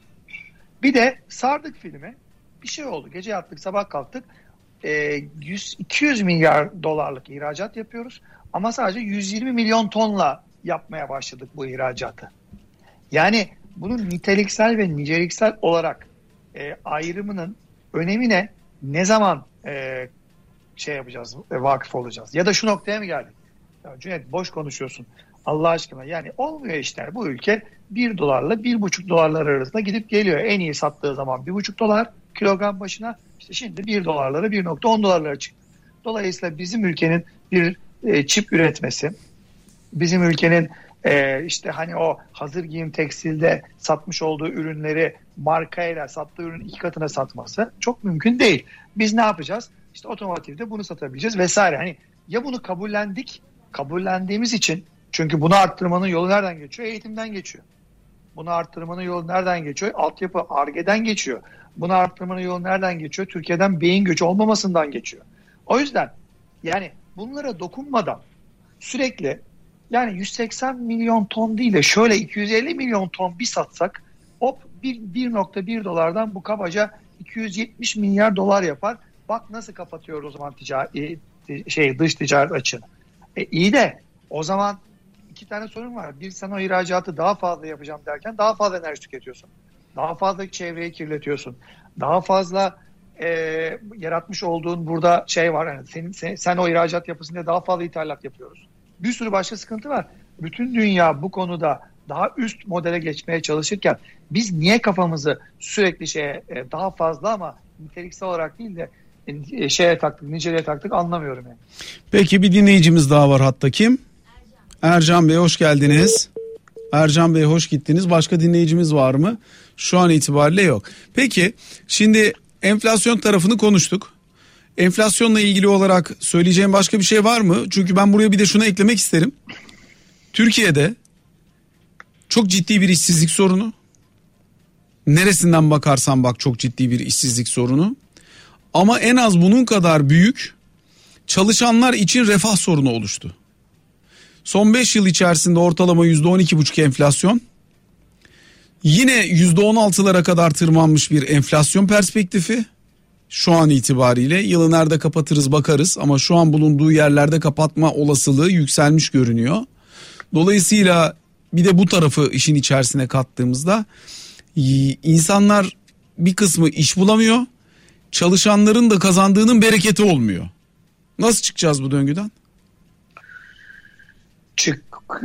Speaker 2: Bir de sardık filmi. Bir şey oldu. Gece yattık, sabah kalktık. E, yüz iki yüz milyar dolarlık ihracat yapıyoruz. Ama sadece yüz yirmi milyon tonla yapmaya başladık bu ihracatı. Yani bunun niteliksel ve niceliksel olarak e, ayrımının önemine ne zaman e, şey yapacağız, e, vakıf olacağız? Ya da şu noktaya mı geldik? Ya Cüneyt, boş konuşuyorsun. Allah aşkına, yani olmuyor işler. Bu ülke bir dolarla bir buçuk dolarlar arasında gidip geliyor. En iyi sattığı zaman bir buçuk dolar kilogram başına. İşte şimdi bir dolarlara, bir nokta on dolarlara çıktı. Dolayısıyla bizim ülkenin bir e, çip üretmesi, bizim ülkenin e, işte hani o hazır giyim tekstilde satmış olduğu ürünleri markayla sattığı ürünün iki katına satması çok mümkün değil. Biz ne yapacağız? İşte otomotivde bunu satabileceğiz vesaire. Hani ya bunu kabullendik, kabullendiğimiz için, çünkü bunu arttırmanın yolu nereden geçiyor? Eğitimden geçiyor. Bunu arttırmanın yolu nereden geçiyor? Altyapı, Ar-Ge'den geçiyor. Bunu arttırmanın yolu nereden geçiyor? Türkiye'den beyin göçü olmamasından geçiyor. O yüzden yani bunlara dokunmadan sürekli, yani yüz seksen milyon ton değil de şöyle iki yüz elli milyon ton bir satsak, hop bir nokta bir dolardan bu kabaca iki yüz yetmiş milyar dolar yapar. Bak nasıl kapatıyor o zaman ticari, şey, dış ticaret açığını. E iyi de o zaman iki tane sorun var. Bir, sen o ihracatı daha fazla yapacağım derken daha fazla enerji tüketiyorsun. Daha fazla çevreyi kirletiyorsun. Daha fazla e, yaratmış olduğun burada şey var. Yani senin, sen, sen o ihracat yapısın diye daha fazla ithalat yapıyoruz. Bir sürü başka sıkıntı var. Bütün dünya bu konuda daha üst modele geçmeye çalışırken biz niye kafamızı sürekli şeye e, daha fazla ama niteliksel olarak değil de e, şeye taktık, niceliğe taktık, anlamıyorum yani.
Speaker 1: Peki bir dinleyicimiz daha var hatta, kim? Ercan. Ercan Bey, hoş geldiniz. Ercan Bey, hoş gittiniz. Başka dinleyicimiz var mı? Şu an itibariyle yok. Peki şimdi enflasyon tarafını konuştuk. Enflasyonla ilgili olarak söyleyeceğim başka bir şey var mı? Çünkü ben buraya bir de şunu eklemek isterim. Türkiye'de çok ciddi bir işsizlik sorunu. Neresinden bakarsan bak çok ciddi bir işsizlik sorunu. Ama en az bunun kadar büyük çalışanlar için refah sorunu oluştu. Son beş yıl içerisinde ortalama yüzde on iki buçuk enflasyon. Yine yüzde on altılara kadar tırmanmış bir enflasyon perspektifi. Şu an itibariyle yılı nerede kapatırız bakarız ama şu an bulunduğu yerlerde kapatma olasılığı yükselmiş görünüyor. Dolayısıyla bir de bu tarafı işin içerisine kattığımızda insanlar bir kısmı iş bulamıyor. Çalışanların da kazandığının bereketi olmuyor. Nasıl çıkacağız bu döngüden?
Speaker 2: Çık.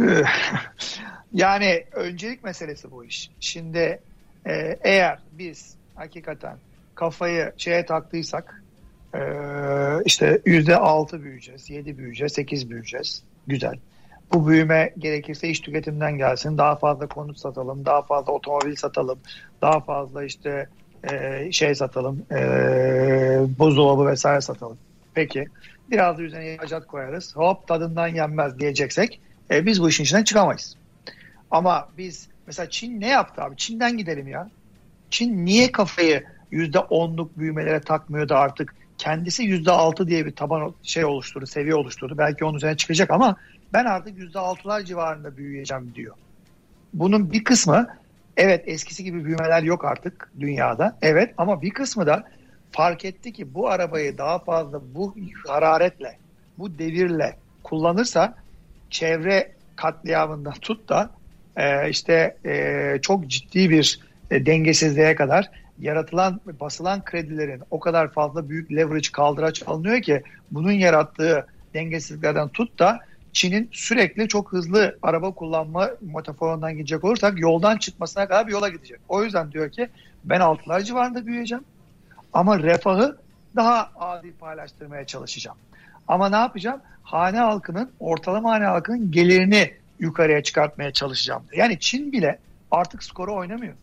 Speaker 2: Yani öncelik meselesi bu iş. Şimdi e, eğer biz hakikaten kafayı şeye taktıysak e, işte yüzde altı büyüyeceğiz, yedi büyüyeceğiz, sekiz büyüyeceğiz. Güzel. Bu büyüme gerekirse iç tüketimden gelsin. Daha fazla konut satalım, daha fazla otomobil satalım, daha fazla işte e, şey satalım, e, buzdolabı vesaire satalım. Peki biraz da üzerine ihracat koyarız. Hop tadından yenmez diyeceksek e, biz bu işin içinden çıkamayız. Ama biz mesela Çin ne yaptı abi? Çin'den gidelim ya. Çin niye kafayı yüzde onluk büyümelere takmıyor da artık kendisi yüzde altı diye bir taban şey oluşturdu, seviye oluşturdu. Belki onun üzerine çıkacak ama ben artık yüzde altılar civarında büyüyeceğim diyor. Bunun bir kısmı evet eskisi gibi büyümeler yok artık dünyada. Evet ama bir kısmı da fark etti ki bu arabayı daha fazla bu hararetle, bu devirle kullanırsa çevre katliamından tut da e, işte e, çok ciddi bir e, dengesizliğe kadar yaratılan, basılan kredilerin o kadar fazla büyük leverage, kaldıraç alınıyor ki bunun yarattığı dengesizliklerden tut da Çin'in sürekli çok hızlı araba kullanma metaforundan gidecek olursak yoldan çıkmasına kadar bir yola gidecek. O yüzden diyor ki ben altılar civarında büyüyeceğim ama refahı daha adil paylaştırmaya çalışacağım. Ama ne yapacağım? Hane halkının, ortalama hane halkının gelirini yukarıya çıkartmaya çalışacağım. Yani Çin bile artık skoru oynamıyor.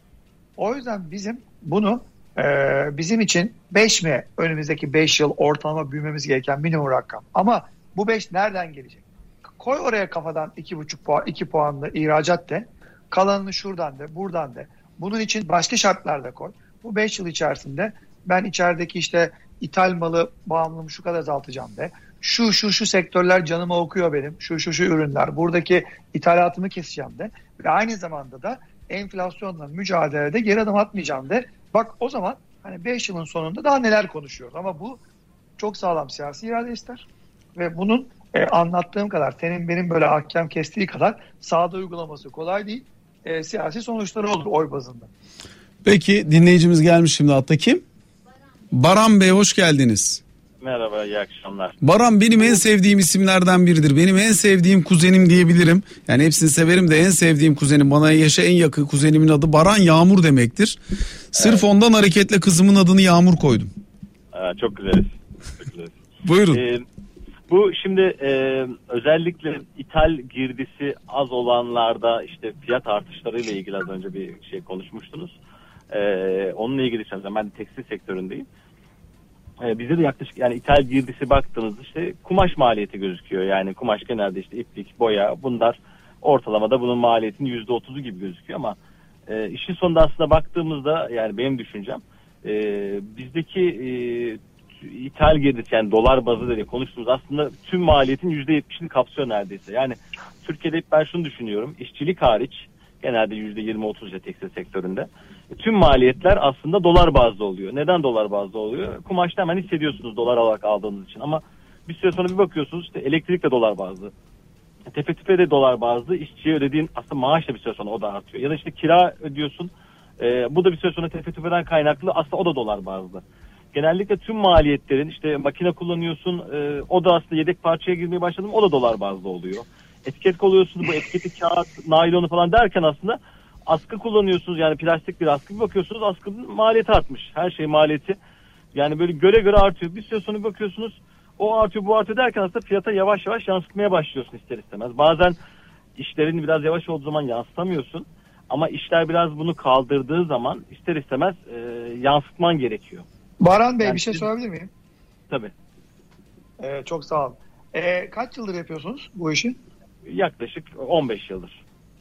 Speaker 2: O yüzden bizim bunu e, bizim için beş mi önümüzdeki beş yıl ortalama büyümemiz gereken minimum rakam. Ama bu beş nereden gelecek? Koy oraya kafadan iki buçuk puan, iki puanlı ihracat de. Kalanını şuradan de, buradan de. Bunun için başka şartlarda koy. Bu beş yıl içerisinde ben içerideki işte ithal malı bağımlılığımı şu kadar azaltacağım de. Şu şu şu sektörler canıma okuyor benim. Şu şu şu ürünler. Buradaki ithalatımı keseceğim de. Ve aynı zamanda da enflasyonla mücadelede geri adım atmayacağım de. Bak o zaman hani beş yılın sonunda daha neler konuşuyoruz. Ama bu çok sağlam siyasi irade ister. Ve bunun e, anlattığım kadar, senin benim böyle ahkam kestiği kadar sahada uygulaması kolay değil. E, siyasi sonuçları olur oy bazında.
Speaker 1: Peki dinleyicimiz gelmiş şimdi hatta kim? Baran. Baran Bey hoş geldiniz.
Speaker 5: Merhaba, iyi akşamlar.
Speaker 1: Baran benim en sevdiğim isimlerden biridir. Benim en sevdiğim kuzenim diyebilirim. Yani hepsini severim de en sevdiğim kuzenim, bana yaşa en yakın kuzenimin adı Baran Yağmur demektir. Sırf evet. Ondan hareketle kızımın adını Yağmur koydum.
Speaker 5: Aa, çok güzeliz. Çok güzeliz.
Speaker 1: Buyurun.
Speaker 5: Ee, bu şimdi e, özellikle ithal girdisi az olanlarda işte fiyat artışlarıyla ilgili az önce bir şey konuşmuştunuz. Ee, onunla ilgili söyleyeceğim. Ben de tekstil sektöründeyim. Ee, bize de yaklaşık yani ithal girdisi baktığınızda işte kumaş maliyeti gözüküyor. Yani kumaş genelde işte iplik, boya, bunlar ortalamada bunun maliyetinin yüzde otuzu gibi gözüküyor ama e, işin sonunda aslında baktığımızda yani benim düşüncem e, bizdeki e, ithal girdisi yani dolar bazı diye konuştuğumuz aslında tüm maliyetin yüzde yetmişini kapsıyor neredeyse. Yani Türkiye'de ben şunu düşünüyorum, işçilik hariç genelde yüzde yirmi otuz ya tekstil sektöründe tüm maliyetler aslında dolar bazlı oluyor. Neden dolar bazlı oluyor? Kumaşta hemen hissediyorsunuz dolar olarak aldığınız için ama bir süre sonra bir bakıyorsunuz işte elektrik de dolar bazlı. Tepe tüpe de dolar bazlı. İşçiye ödediğin aslında maaş da bir süre sonra o da artıyor. Ya da işte kira ödüyorsun. E, bu da bir süre sonra tepe tüpeden kaynaklı aslında o da dolar bazlı. Genellikle tüm maliyetlerin işte makine kullanıyorsun e, o da aslında yedek parçaya girmeye başladım o da dolar bazlı oluyor. Etiket koyuyorsunuz bu etiketi kağıt, naylonu falan derken aslında askı kullanıyorsunuz yani plastik bir askı bir bakıyorsunuz askının maliyeti artmış. Her şey maliyeti yani böyle göre göre artıyor. Bir süre sonra bir bakıyorsunuz o artıyor bu artıyor derken aslında fiyata yavaş yavaş yansıtmaya başlıyorsun ister istemez. Bazen işlerin biraz yavaş olduğu zaman yansıtamıyorsun ama işler biraz bunu kaldırdığı zaman ister istemez e, yansıtman gerekiyor.
Speaker 2: Baran Bey
Speaker 5: yani
Speaker 2: bir şey
Speaker 5: siz...
Speaker 2: sorabilir miyim?
Speaker 5: Tabii.
Speaker 2: Ee, çok sağ olun. Ee, kaç yıldır yapıyorsunuz bu işi?
Speaker 5: Yaklaşık on beş yıldır.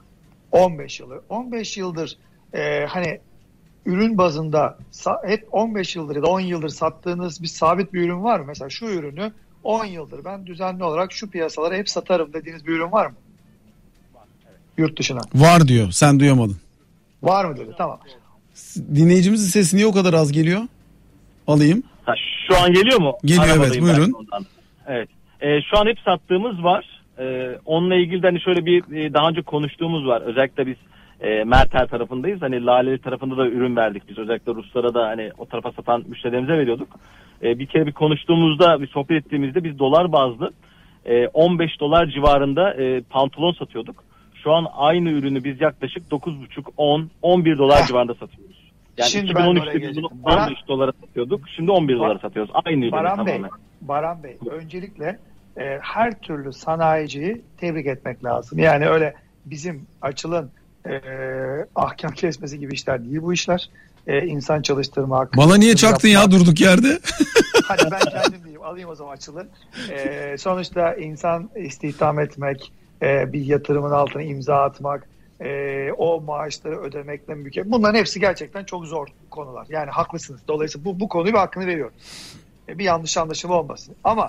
Speaker 2: on beş yıldır. on beş yıldır e, hani ürün bazında hep on beş yıldır ya da on yıldır sattığınız bir sabit bir ürün var mı? Mesela şu ürünü on yıldır ben düzenli olarak şu piyasalara hep satarım dediğiniz bir ürün var mı?
Speaker 5: Var, evet.
Speaker 2: Yurt dışına.
Speaker 1: Var diyor. Sen duyamadın.
Speaker 2: Var mı dedi? Tamam.
Speaker 1: Dinleyicimizin sesi niye o kadar az geliyor? Alayım.
Speaker 5: Ha, şu an geliyor mu?
Speaker 1: Geliyor evet buyurun.
Speaker 5: Evet. E, şu an hep sattığımız var. E, onunla ilgili de hani şöyle bir e, daha önce konuştuğumuz var. Özellikle biz e, Mertel tarafındayız. Hani Laleli tarafında da ürün verdik biz. Özellikle Ruslara da hani o tarafa satan müşterilerimize veriyorduk. E, bir kere bir konuştuğumuzda, bir sohbet ettiğimizde biz dolar bazlı e, on beş dolar civarında e, pantolon satıyorduk. Şu an aynı ürünü biz yaklaşık dokuz buçuk, on, on bir dolar civarında satıyoruz. Yani
Speaker 2: şimdi
Speaker 5: iki bin on üçte biz bunu on beş dolara satıyorduk. Şimdi on bir dolara satıyoruz. Aynı ürünü
Speaker 2: Baran
Speaker 5: tamamen.
Speaker 2: Bey, Baran Bey öncelikle e, her türlü sanayiciyi tebrik etmek lazım. Yani öyle bizim açılın e, ahkam kesmesi gibi işler değil bu işler. E, insan çalıştırma hakkı.
Speaker 1: Bana niye çaktın yapmak. Ya durduk yerde?
Speaker 2: Hadi ben kendim diyeyim. Alayım o zaman açılın. E, sonuçta insan istihdam etmek, e, bir yatırımın altına imza atmak, e, o maaşları ödemekle mükemmel. Bunların hepsi gerçekten çok zor konular. Yani haklısınız. Dolayısıyla bu, bu konuyu bir hakkını veriyorum. E, bir yanlış anlaşılma olmasın. Ama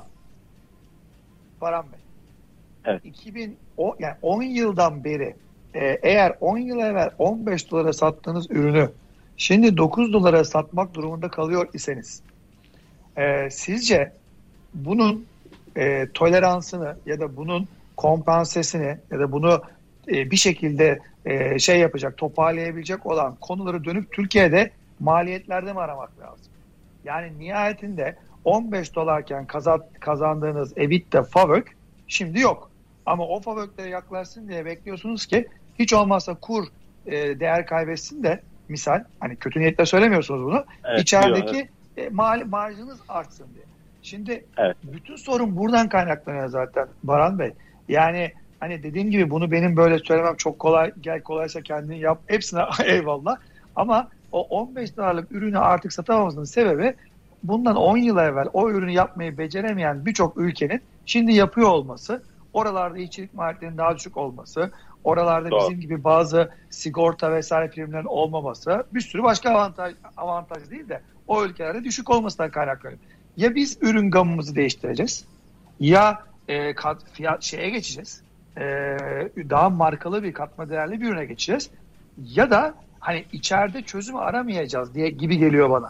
Speaker 2: Baran Bey,
Speaker 5: evet.
Speaker 2: iki bin on, yani on yıldan beri e, eğer on yıl evvel on beş dolara sattığınız ürünü şimdi dokuz dolara satmak durumunda kalıyor iseniz e, sizce bunun e, toleransını ya da bunun kompansesini ya da bunu e, bir şekilde e, şey yapacak, toparlayabilecek olan konuları dönüp Türkiye'de maliyetlerde mi aramak lazım? Yani nihayetinde on beş dolarken kazan, kazandığınız EBITDA F A V Ö K şimdi yok. Ama o fabrikaya yaklaşsın diye bekliyorsunuz ki hiç olmazsa kur e, değer kaybetsin de misal hani kötü niyetle söylemiyorsunuz bunu.
Speaker 5: Evet,
Speaker 2: içerideki
Speaker 5: diyor,
Speaker 2: evet. e, mal, marjınız artsın diye. Şimdi
Speaker 5: evet.
Speaker 2: bütün sorun buradan kaynaklanıyor zaten Baran Bey. Yani hani dediğim gibi bunu benim böyle söylemem çok kolay. Gel kolaysa kendin yap. Hepsine eyvallah. Ama o on beş dolarlık ürünü artık satamamızın sebebi bundan on yıl evvel o ürünü yapmayı beceremeyen birçok ülkenin şimdi yapıyor olması. Oralarda işçilik maliyetlerinin daha düşük olması. Oralarda
Speaker 5: Doğru.
Speaker 2: bizim gibi bazı sigorta vesaire primlerin olmaması. Bir sürü başka avantaj, avantaj değil de o ülkelerde düşük olmasından kaynaklanıyor. Ya biz ürün gamımızı değiştireceğiz ya e, kat, fiyat şeye geçeceğiz. E, daha markalı bir katma değerli bir ürüne geçeceğiz. Ya da hani içeride çözüm aramayacağız diye gibi geliyor bana.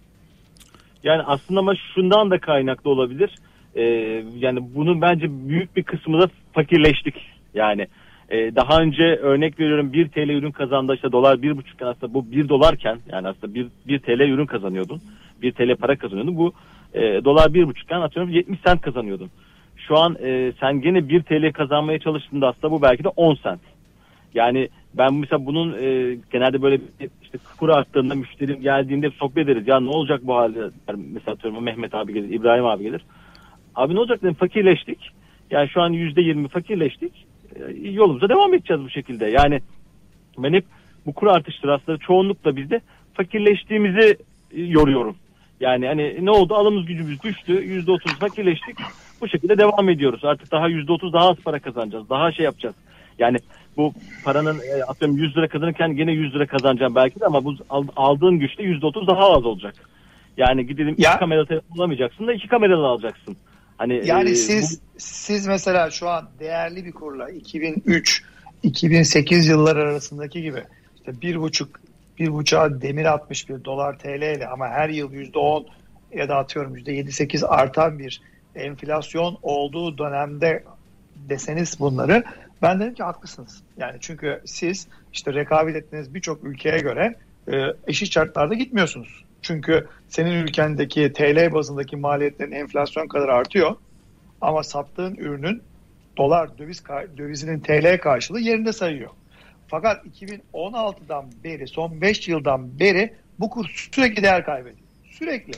Speaker 5: Yani aslında ama şundan da kaynaklı olabilir. Ee, yani bunun bence büyük bir kısmı da fakirleştik. Yani e, daha önce örnek veriyorum bir T L ürün kazandı işte dolar bir buçukken aslında bu bir dolarken yani aslında bir, bir T L ürün kazanıyordun. bir T L para kazanıyordun. Bu e, dolar bir buçukken atıyorum yetmiş sent kazanıyordun. Şu an e, sen gene bir T L kazanmaya çalıştığında aslında bu belki de on sent. Yani ben mesela bunun e, genelde böyle işte kur arttığında müşterim geldiğinde sohbet ederiz. Ya ne olacak bu halde? Yani mesela atıyorum Mehmet abi gelir, İbrahim abi gelir. Abi ne olacak dedim, fakirleştik. Yani şu an yüzde yirmi fakirleştik. E, yolumuza devam edeceğiz bu şekilde. Yani ben hep bu kur artışları aslında çoğunlukla bizde fakirleştiğimizi e, yoruyorum. Yani hani ne oldu? Alımız gücümüz düştü. yüzde otuz fakirleştik. Bu şekilde devam ediyoruz. Artık daha yüzde otuz daha az para kazanacağız. Daha şey yapacağız. Yani bu paranın e, atıyorum yüz lira kazanırken gene yüz lira kazanacağım belki de ama bu aldığın güçte yüzde otuz daha az olacak. Yani gidelim ya, iki kameralı telefon alamayacaksın da iki kameralı alacaksın. Hani
Speaker 2: yani
Speaker 5: e,
Speaker 2: siz
Speaker 5: bu...
Speaker 2: siz mesela şu an değerli bir kurla iki bin üç iki bin sekiz yılları arasındaki gibi işte bir buçuk bir buçuğa demir atmış bir dolar T L ile ama her yıl yüzde on ya da atıyorum yüzde yedi sekiz artan bir enflasyon olduğu dönemde deseniz bunları ben dedim ki haklısınız. Yani çünkü siz işte rekabet ettiğiniz birçok ülkeye göre e, eşit şartlarda gitmiyorsunuz. Çünkü senin ülkendeki T L bazındaki maliyetlerin enflasyon kadar artıyor. Ama sattığın ürünün dolar döviz dövizinin T L karşılığı yerinde sayıyor. Fakat iki bin on altıdan beri son beş yıldan beri bu kur sürekli değer kaybediyor. Sürekli.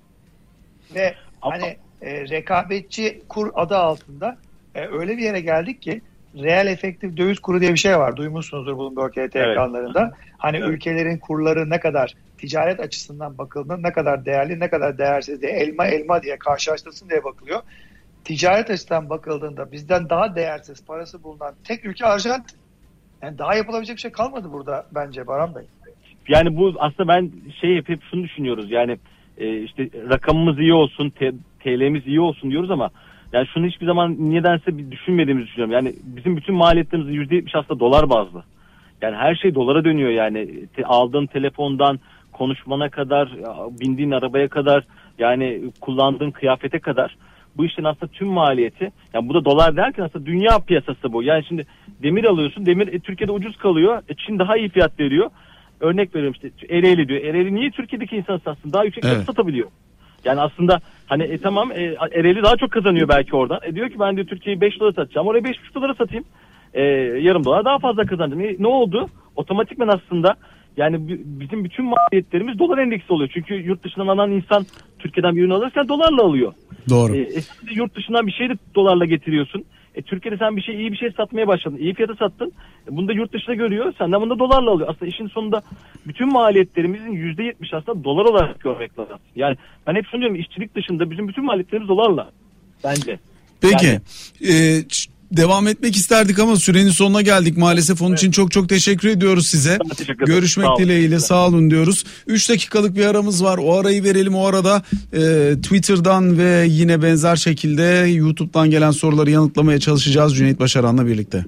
Speaker 2: Ve Ama... hani e, rekabetçi kur adı altında e, öyle bir yere geldik ki reel efektif döviz kuru diye bir şey var. Duymuşsunuzdur Bloomberg H T ekranlarında. Evet. Hani evet. Ülkelerin kurları ne kadar ticaret açısından bakıldığında ne kadar değerli ne kadar değersiz diye elma elma diye karşılaştırsın diye bakılıyor. Ticaret açısından bakıldığında bizden daha değersiz parası bulunan tek ülke Arjantin. Yani daha yapılabilecek bir şey kalmadı burada bence Baran Bey.
Speaker 5: Yani bu aslında ben şey hep, hep şunu düşünüyoruz. Yani e, işte rakamımız iyi olsun, T L'miz iyi olsun diyoruz ama yani şunu hiçbir zaman nedense bir düşünmediğimizi düşünüyorum. Yani bizim bütün maliyetlerimizin yüzde yetmiş aslında dolar bazlı. Yani her şey dolara dönüyor yani. Te, aldığın telefondan konuşmana kadar, bindiğin arabaya kadar, yani kullandığın kıyafete kadar. Bu işin aslında tüm maliyeti, yani bu da dolar derken aslında dünya piyasası bu. Yani şimdi demir alıyorsun, demir e, Türkiye'de ucuz kalıyor, e, Çin daha iyi fiyat veriyor. Örnek veriyorum işte Ereğli diyor. Ereğli niye Türkiye'deki insan satsın? Daha yüksek evet. satabiliyor. Yani aslında hani e, tamam e, Ereğli daha çok kazanıyor belki oradan. E, diyor ki ben diyor Türkiye'yi beş dolara satacağım. Oraya beş buçuk dolara satayım. E, yarım dolar daha fazla kazanacağım. E, ne oldu? Otomatikman aslında yani b- bizim bütün maliyetlerimiz dolar endeksi oluyor. Çünkü yurt dışından alan insan Türkiye'den bir ürün alırken dolarla alıyor.
Speaker 1: Doğru.
Speaker 5: E, e, yurt dışından bir şey de dolarla getiriyorsun. E, Türkiye'de sen bir şey iyi bir şey satmaya başladın. İyi fiyata sattın. E, bunu da yurt dışına görüyor. Senden bunu da dolarla alıyor. Aslında işin sonunda bütün maliyetlerimizin yüzde yetmiş aslında dolar olarak görmek lazım. Yani ben hep şunu diyorum, işçilik dışında bizim bütün maliyetlerimiz dolarla. Bence.
Speaker 1: Peki.
Speaker 5: Yani,
Speaker 1: e, devam etmek isterdik ama sürenin sonuna geldik maalesef. Onun evet. için çok çok teşekkür ediyoruz size.
Speaker 5: Teşekkür
Speaker 1: Görüşmek sağ dileğiyle sağ olun diyoruz. üç dakikalık bir aramız var. O arayı verelim. O arada e, Twitter'dan ve yine benzer şekilde YouTube'dan gelen soruları yanıtlamaya çalışacağız Cüneyt Başaran'la birlikte.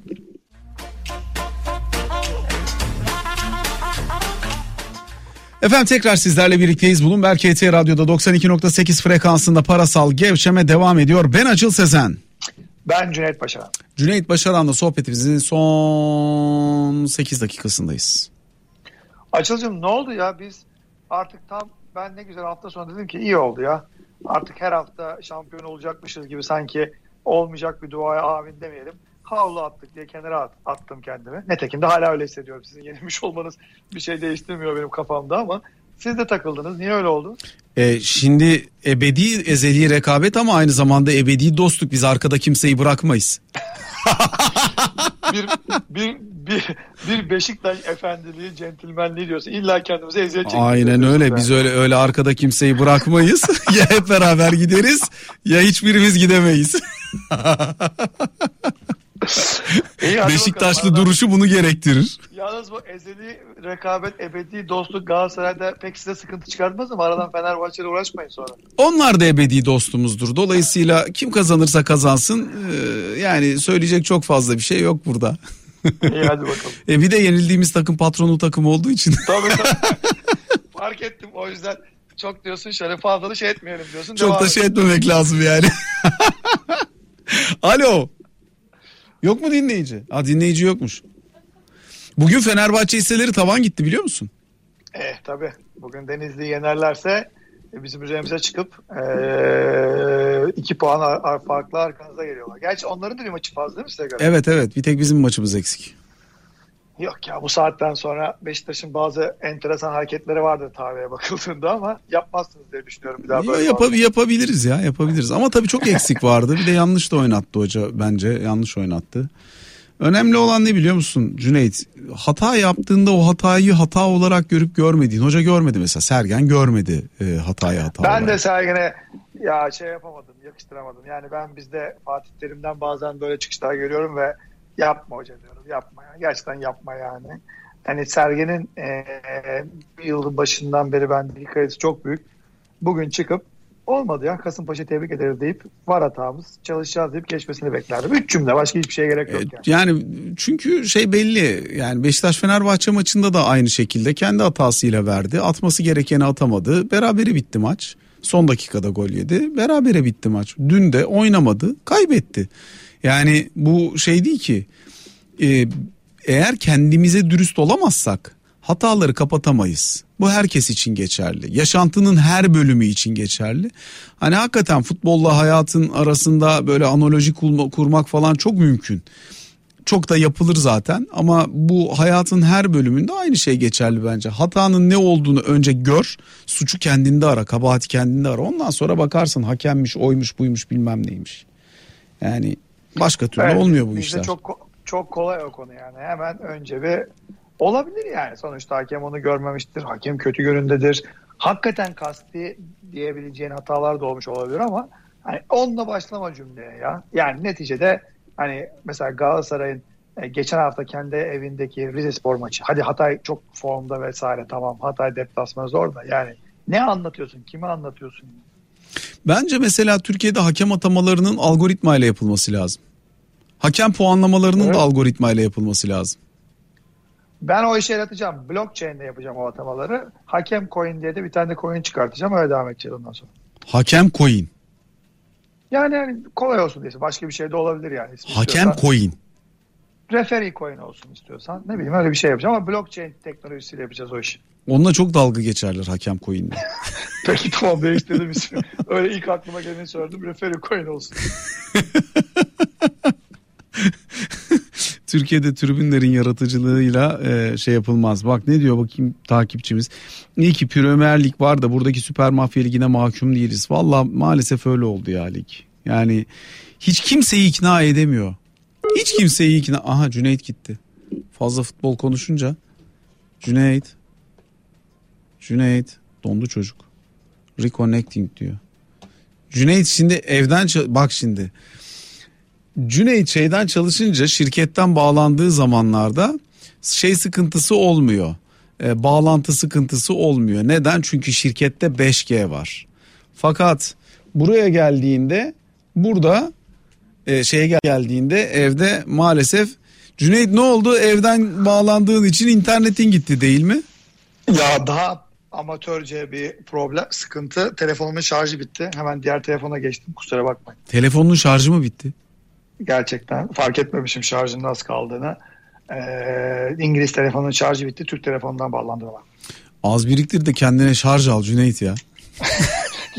Speaker 1: Efendim tekrar sizlerle birlikteyiz. Bloomberg H T Radyo'da doksan iki nokta sekiz frekansında parasal gevşeme devam ediyor. Ben Acıl Sezen.
Speaker 2: Ben Cüneyt Başaran.
Speaker 1: Cüneyt Başaran'la sohbetimizin son sekiz dakikasındayız.
Speaker 2: Açılcığım ne oldu ya, biz artık tam ben ne güzel hafta sonu dedim ki iyi oldu ya. Artık her hafta şampiyon olacakmışız gibi, sanki olmayacak bir duaya amin demeyelim. havlu attık diye kenara at, attım kendimi. Netekim de hala öyle hissediyorum. Sizin yenilmiş olmanız bir şey değiştirmiyor benim kafamda ama siz de takıldınız. Niye öyle oldu?
Speaker 1: E, şimdi ebedi ezeli rekabet ama aynı zamanda ebedi dostluk. Biz arkada kimseyi bırakmayız.
Speaker 2: bir, bir, bir, bir Beşiktaş efendiliği, centilmenliği diyorsun. İlla kendimize eziyet çekiyoruz.
Speaker 1: Aynen öyle. Yani. Biz öyle öyle arkada kimseyi bırakmayız. Ya hep beraber gideriz ya hiçbirimiz gidemeyiz. İyi, Beşiktaşlı bakalım. Duruşu bunu gerektirir.
Speaker 2: Yalnız bu ezeli rekabet, ebedi dostluk Galatasaray'da pek size sıkıntı çıkartmaz mı? Aradan Fenerbahçe'yle uğraşmayın sonra.
Speaker 1: Onlar da ebedi dostumuzdur. Dolayısıyla kim kazanırsa kazansın. Yani söyleyecek çok fazla bir şey yok burada.
Speaker 2: İyi hadi bakalım.
Speaker 1: E bir de yenildiğimiz takım patronu takım olduğu için.
Speaker 2: Tabii tabii. Fark ettim, o yüzden çok diyorsun şöyle fazla da şey etmeyelim diyorsun.
Speaker 1: Çok Devam da şey etmemek lazım yani. Alo. Yok mu dinleyici? Ha, dinleyici yokmuş. Bugün Fenerbahçe hisseleri tavan gitti biliyor musun?
Speaker 2: Eh tabii. Bugün Denizli'yi yenerlerse bizim üzerimize çıkıp ee, iki puan ar- ar- farklı arkanıza geliyorlar. Gerçi onların da bir maçı fazla değil mi size göre?
Speaker 1: Evet evet, bir tek bizim maçımız eksik.
Speaker 2: Yok ya, bu saatten sonra Beşiktaş'ın bazı enteresan hareketleri vardır tarihe bakıldığında ama yapmazsınız diye düşünüyorum. Bir daha böyle
Speaker 1: Yap- yapabiliriz ya yapabiliriz ama tabii çok eksik vardı. Bir de yanlış da oynattı hoca, bence yanlış oynattı. Önemli olan ne biliyor musun Cüneyt? Hata yaptığında o hatayı hata olarak görüp görmediğin. Hoca görmedi mesela, Sergen görmedi e, hatayı hata
Speaker 2: Ben
Speaker 1: olarak.
Speaker 2: de Sergen'e ya şey yapamadım, yakıştıramadım. Yani ben bizde Fatih Terim'den bazen böyle çıkışlar görüyorum ve yapma hoca diyorum, yapma ya. Gerçekten yapma yani. Yani Sergen'in e, bir yılın başından beri bendeki kredisi çok büyük. Bugün çıkıp olmadı ya, Kasımpaşa tebrik ederiz deyip var hatamız, çalışacağız deyip geçmesini beklerdim. Üç cümle, başka hiçbir şeye gerek yok yani.
Speaker 1: Yani çünkü şey belli, yani Beşiktaş Fenerbahçe maçında da aynı şekilde kendi hatasıyla verdi. Atması gerekeni atamadı. Berabere bitti maç. Son dakikada gol yedi. Berabere bitti maç. Dün de oynamadı. Kaybetti. Yani bu şey değil ki, e, eğer kendimize dürüst olamazsak hataları kapatamayız. Bu herkes için geçerli. Yaşantının her bölümü için geçerli. Hani hakikaten futbolla hayatın arasında böyle analoji kurmak falan çok mümkün. Çok da yapılır zaten ama bu hayatın her bölümünde aynı şey geçerli bence. Hatanın ne olduğunu önce gör, suçu kendinde ara, kabahati kendinde ara. Ondan sonra bakarsın hakemmiş, oymuş, buymuş, bilmem neymiş. Yani başka türlü evet, olmuyor bu işler.
Speaker 2: Çok çok kolay o konu yani. Hemen önce bir olabilir yani. Sonuçta hakem onu görmemiştir. Hakem kötü günündedir. Hakikaten kasti diyebileceğin hatalar da olmuş olabilir ama hani onunla başlama cümleye ya. Yani neticede hani mesela Galatasaray'ın e, geçen hafta kendi evindeki Rizespor maçı. Hadi Hatay çok formda vesaire, tamam. Hatay deplasmanı zor da yani ne anlatıyorsun? Kime anlatıyorsun?
Speaker 1: Bence mesela Türkiye'de hakem atamalarının algoritmayla yapılması lazım. Hakem puanlamalarının evet. da algoritmayla yapılması lazım.
Speaker 2: Ben o işi yaratacağım. Blockchain'de yapacağım o atamaları. Hakem coin diye de bir tane de coin çıkartacağım. Öyle devam edeceğiz ondan sonra.
Speaker 1: Hakem coin.
Speaker 2: Yani, yani kolay olsun diye. Başka bir şey de olabilir yani.
Speaker 1: Hakem coin.
Speaker 2: Referee coin olsun istiyorsan. Ne bileyim, öyle bir şey yapacağım ama blockchain teknolojisiyle yapacağız o işi.
Speaker 1: Onunla çok dalga geçerler hakem coin'le.
Speaker 2: Peki tamam, değiştirdim ismi. Öyle ilk aklıma geleni söyledim. Referee coin olsun.
Speaker 1: Türkiye'de tribünlerin yaratıcılığıyla e, şey yapılmaz. Bak ne diyor bakayım takipçimiz. İyi ki Premier Lig var da buradaki Süper Mafya Ligi'ne mahkum değiliz. Valla maalesef öyle oldu ya lig. Yani hiç kimseyi ikna edemiyor. Hiç kimseyi ikna... Aha Cüneyt gitti. Fazla futbol konuşunca. Cüneyt. Cüneyt. Dondu çocuk. Reconnecting diyor. Cüneyt şimdi evden... Bak şimdi... Cüneyt şeyden çalışınca, şirketten bağlandığı zamanlarda şey sıkıntısı olmuyor. E, bağlantı sıkıntısı olmuyor. Neden? Çünkü şirkette beş G var. Fakat buraya geldiğinde, burada e, şeye geldiğinde evde maalesef Cüneyt ne oldu? Evden bağlandığın için internetin gitti değil mi?
Speaker 2: Ya daha amatörce bir problem, sıkıntı. Telefonumun şarjı bitti. Hemen diğer telefona geçtim. Kusura bakmayın.
Speaker 1: Telefonun şarjı mı bitti?
Speaker 2: Gerçekten fark etmemişim şarjının az kaldığını. Ee, İngiliz telefonunun şarjı bitti. Türk telefonundan bağlandı bana.
Speaker 1: Az biriktir de kendine şarj al Cüneyt ya.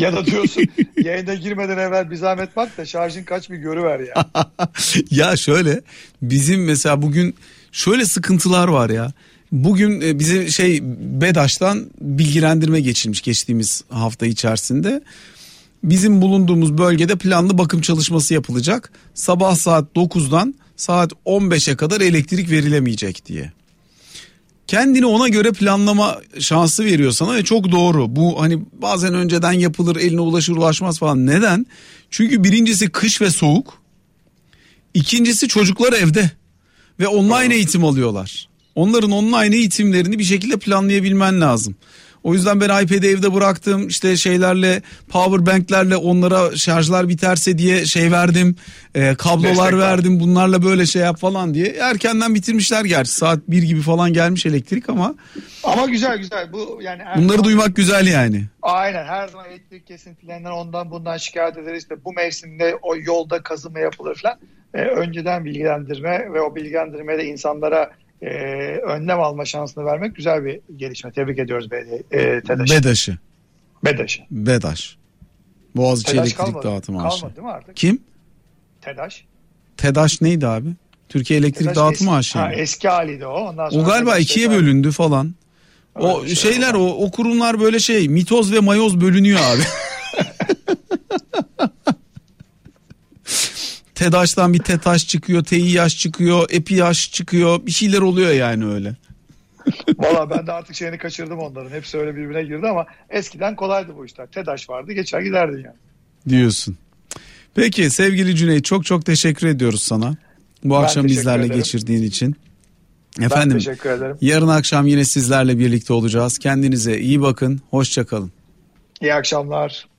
Speaker 2: Ya da diyorsun yayına girmeden evvel bir zahmet bak da şarjın kaç bir görüver ya.
Speaker 1: Ya şöyle bizim mesela bugün şöyle sıkıntılar var ya. Bugün bize şey BEDAŞ'tan bilgilendirme geçilmiş geçtiğimiz hafta içerisinde. Bizim bulunduğumuz bölgede planlı bakım çalışması yapılacak. Sabah saat dokuzdan saat on beşe kadar elektrik verilemeyecek diye. Kendini ona göre planlama şansı veriyor sana ve çok doğru. Bu hani bazen önceden yapılır, eline ulaşır ulaşmaz falan. Neden? Çünkü birincisi kış ve soğuk. İkincisi çocuklar evde ve online eğitim alıyorlar. Onların online eğitimlerini bir şekilde planlayabilmen lazım. O yüzden ben iPad'i evde bıraktım, işte şeylerle, power bank'lerle onlara şarjlar biterse diye şey verdim, e, kablolar Destek verdim, var. Bunlarla böyle şey yap falan diye. Erkenden bitirmişler gerçi, saat bir gibi falan gelmiş elektrik ama.
Speaker 2: Ama güzel güzel bu yani.
Speaker 1: Bunları
Speaker 2: zaman,
Speaker 1: duymak güzel yani.
Speaker 2: Aynen, her zaman elektrik kesintilerinden ondan bundan şikayet ederiz de bu mevsimde o yolda kazıma yapılır falan. E, önceden bilgilendirme ve o bilgilendirmede insanlara e, önlem alma şansını vermek güzel bir gelişme. Tebrik ediyoruz belediye e, TEDAŞ'ı.
Speaker 1: BEDAŞ'ı.
Speaker 2: BEDAŞ'ı.
Speaker 1: BEDAŞ. Boğaziçi
Speaker 2: TEDAŞ
Speaker 1: Elektrik
Speaker 2: kalmadı.
Speaker 1: Dağıtım A Ş.
Speaker 2: Kalmadı değil mi artık?
Speaker 1: Kim?
Speaker 2: TEDAŞ.
Speaker 1: TEDAŞ neydi abi? Türkiye Elektrik
Speaker 2: TEDAŞ
Speaker 1: Dağıtım
Speaker 2: eski,
Speaker 1: A Ş.
Speaker 2: ha, eski haliydi o. Ondan sonra
Speaker 1: o galiba ikiye TEDAŞ bölündü falan. O şey şeyler o, o kurumlar böyle şey mitoz ve mayoz bölünüyor abi. TEDAŞ'tan bir TETAŞ çıkıyor, TİYAŞ çıkıyor, EPİYAŞ çıkıyor. Bir şeyler oluyor yani öyle.
Speaker 2: Valla ben de artık şeyini kaçırdım onların. Hepsi öyle birbirine girdi ama eskiden kolaydı bu işler. TEDAŞ vardı, geçer giderdin yani.
Speaker 1: Diyorsun. Peki sevgili Cüneyt, çok çok teşekkür ediyoruz sana. Bu ben akşam bizlerle ederim. geçirdiğin için. Efendim,
Speaker 2: ben teşekkür ederim.
Speaker 1: Yarın akşam yine sizlerle birlikte olacağız. Kendinize iyi bakın. Hoşça kalın.
Speaker 2: İyi akşamlar.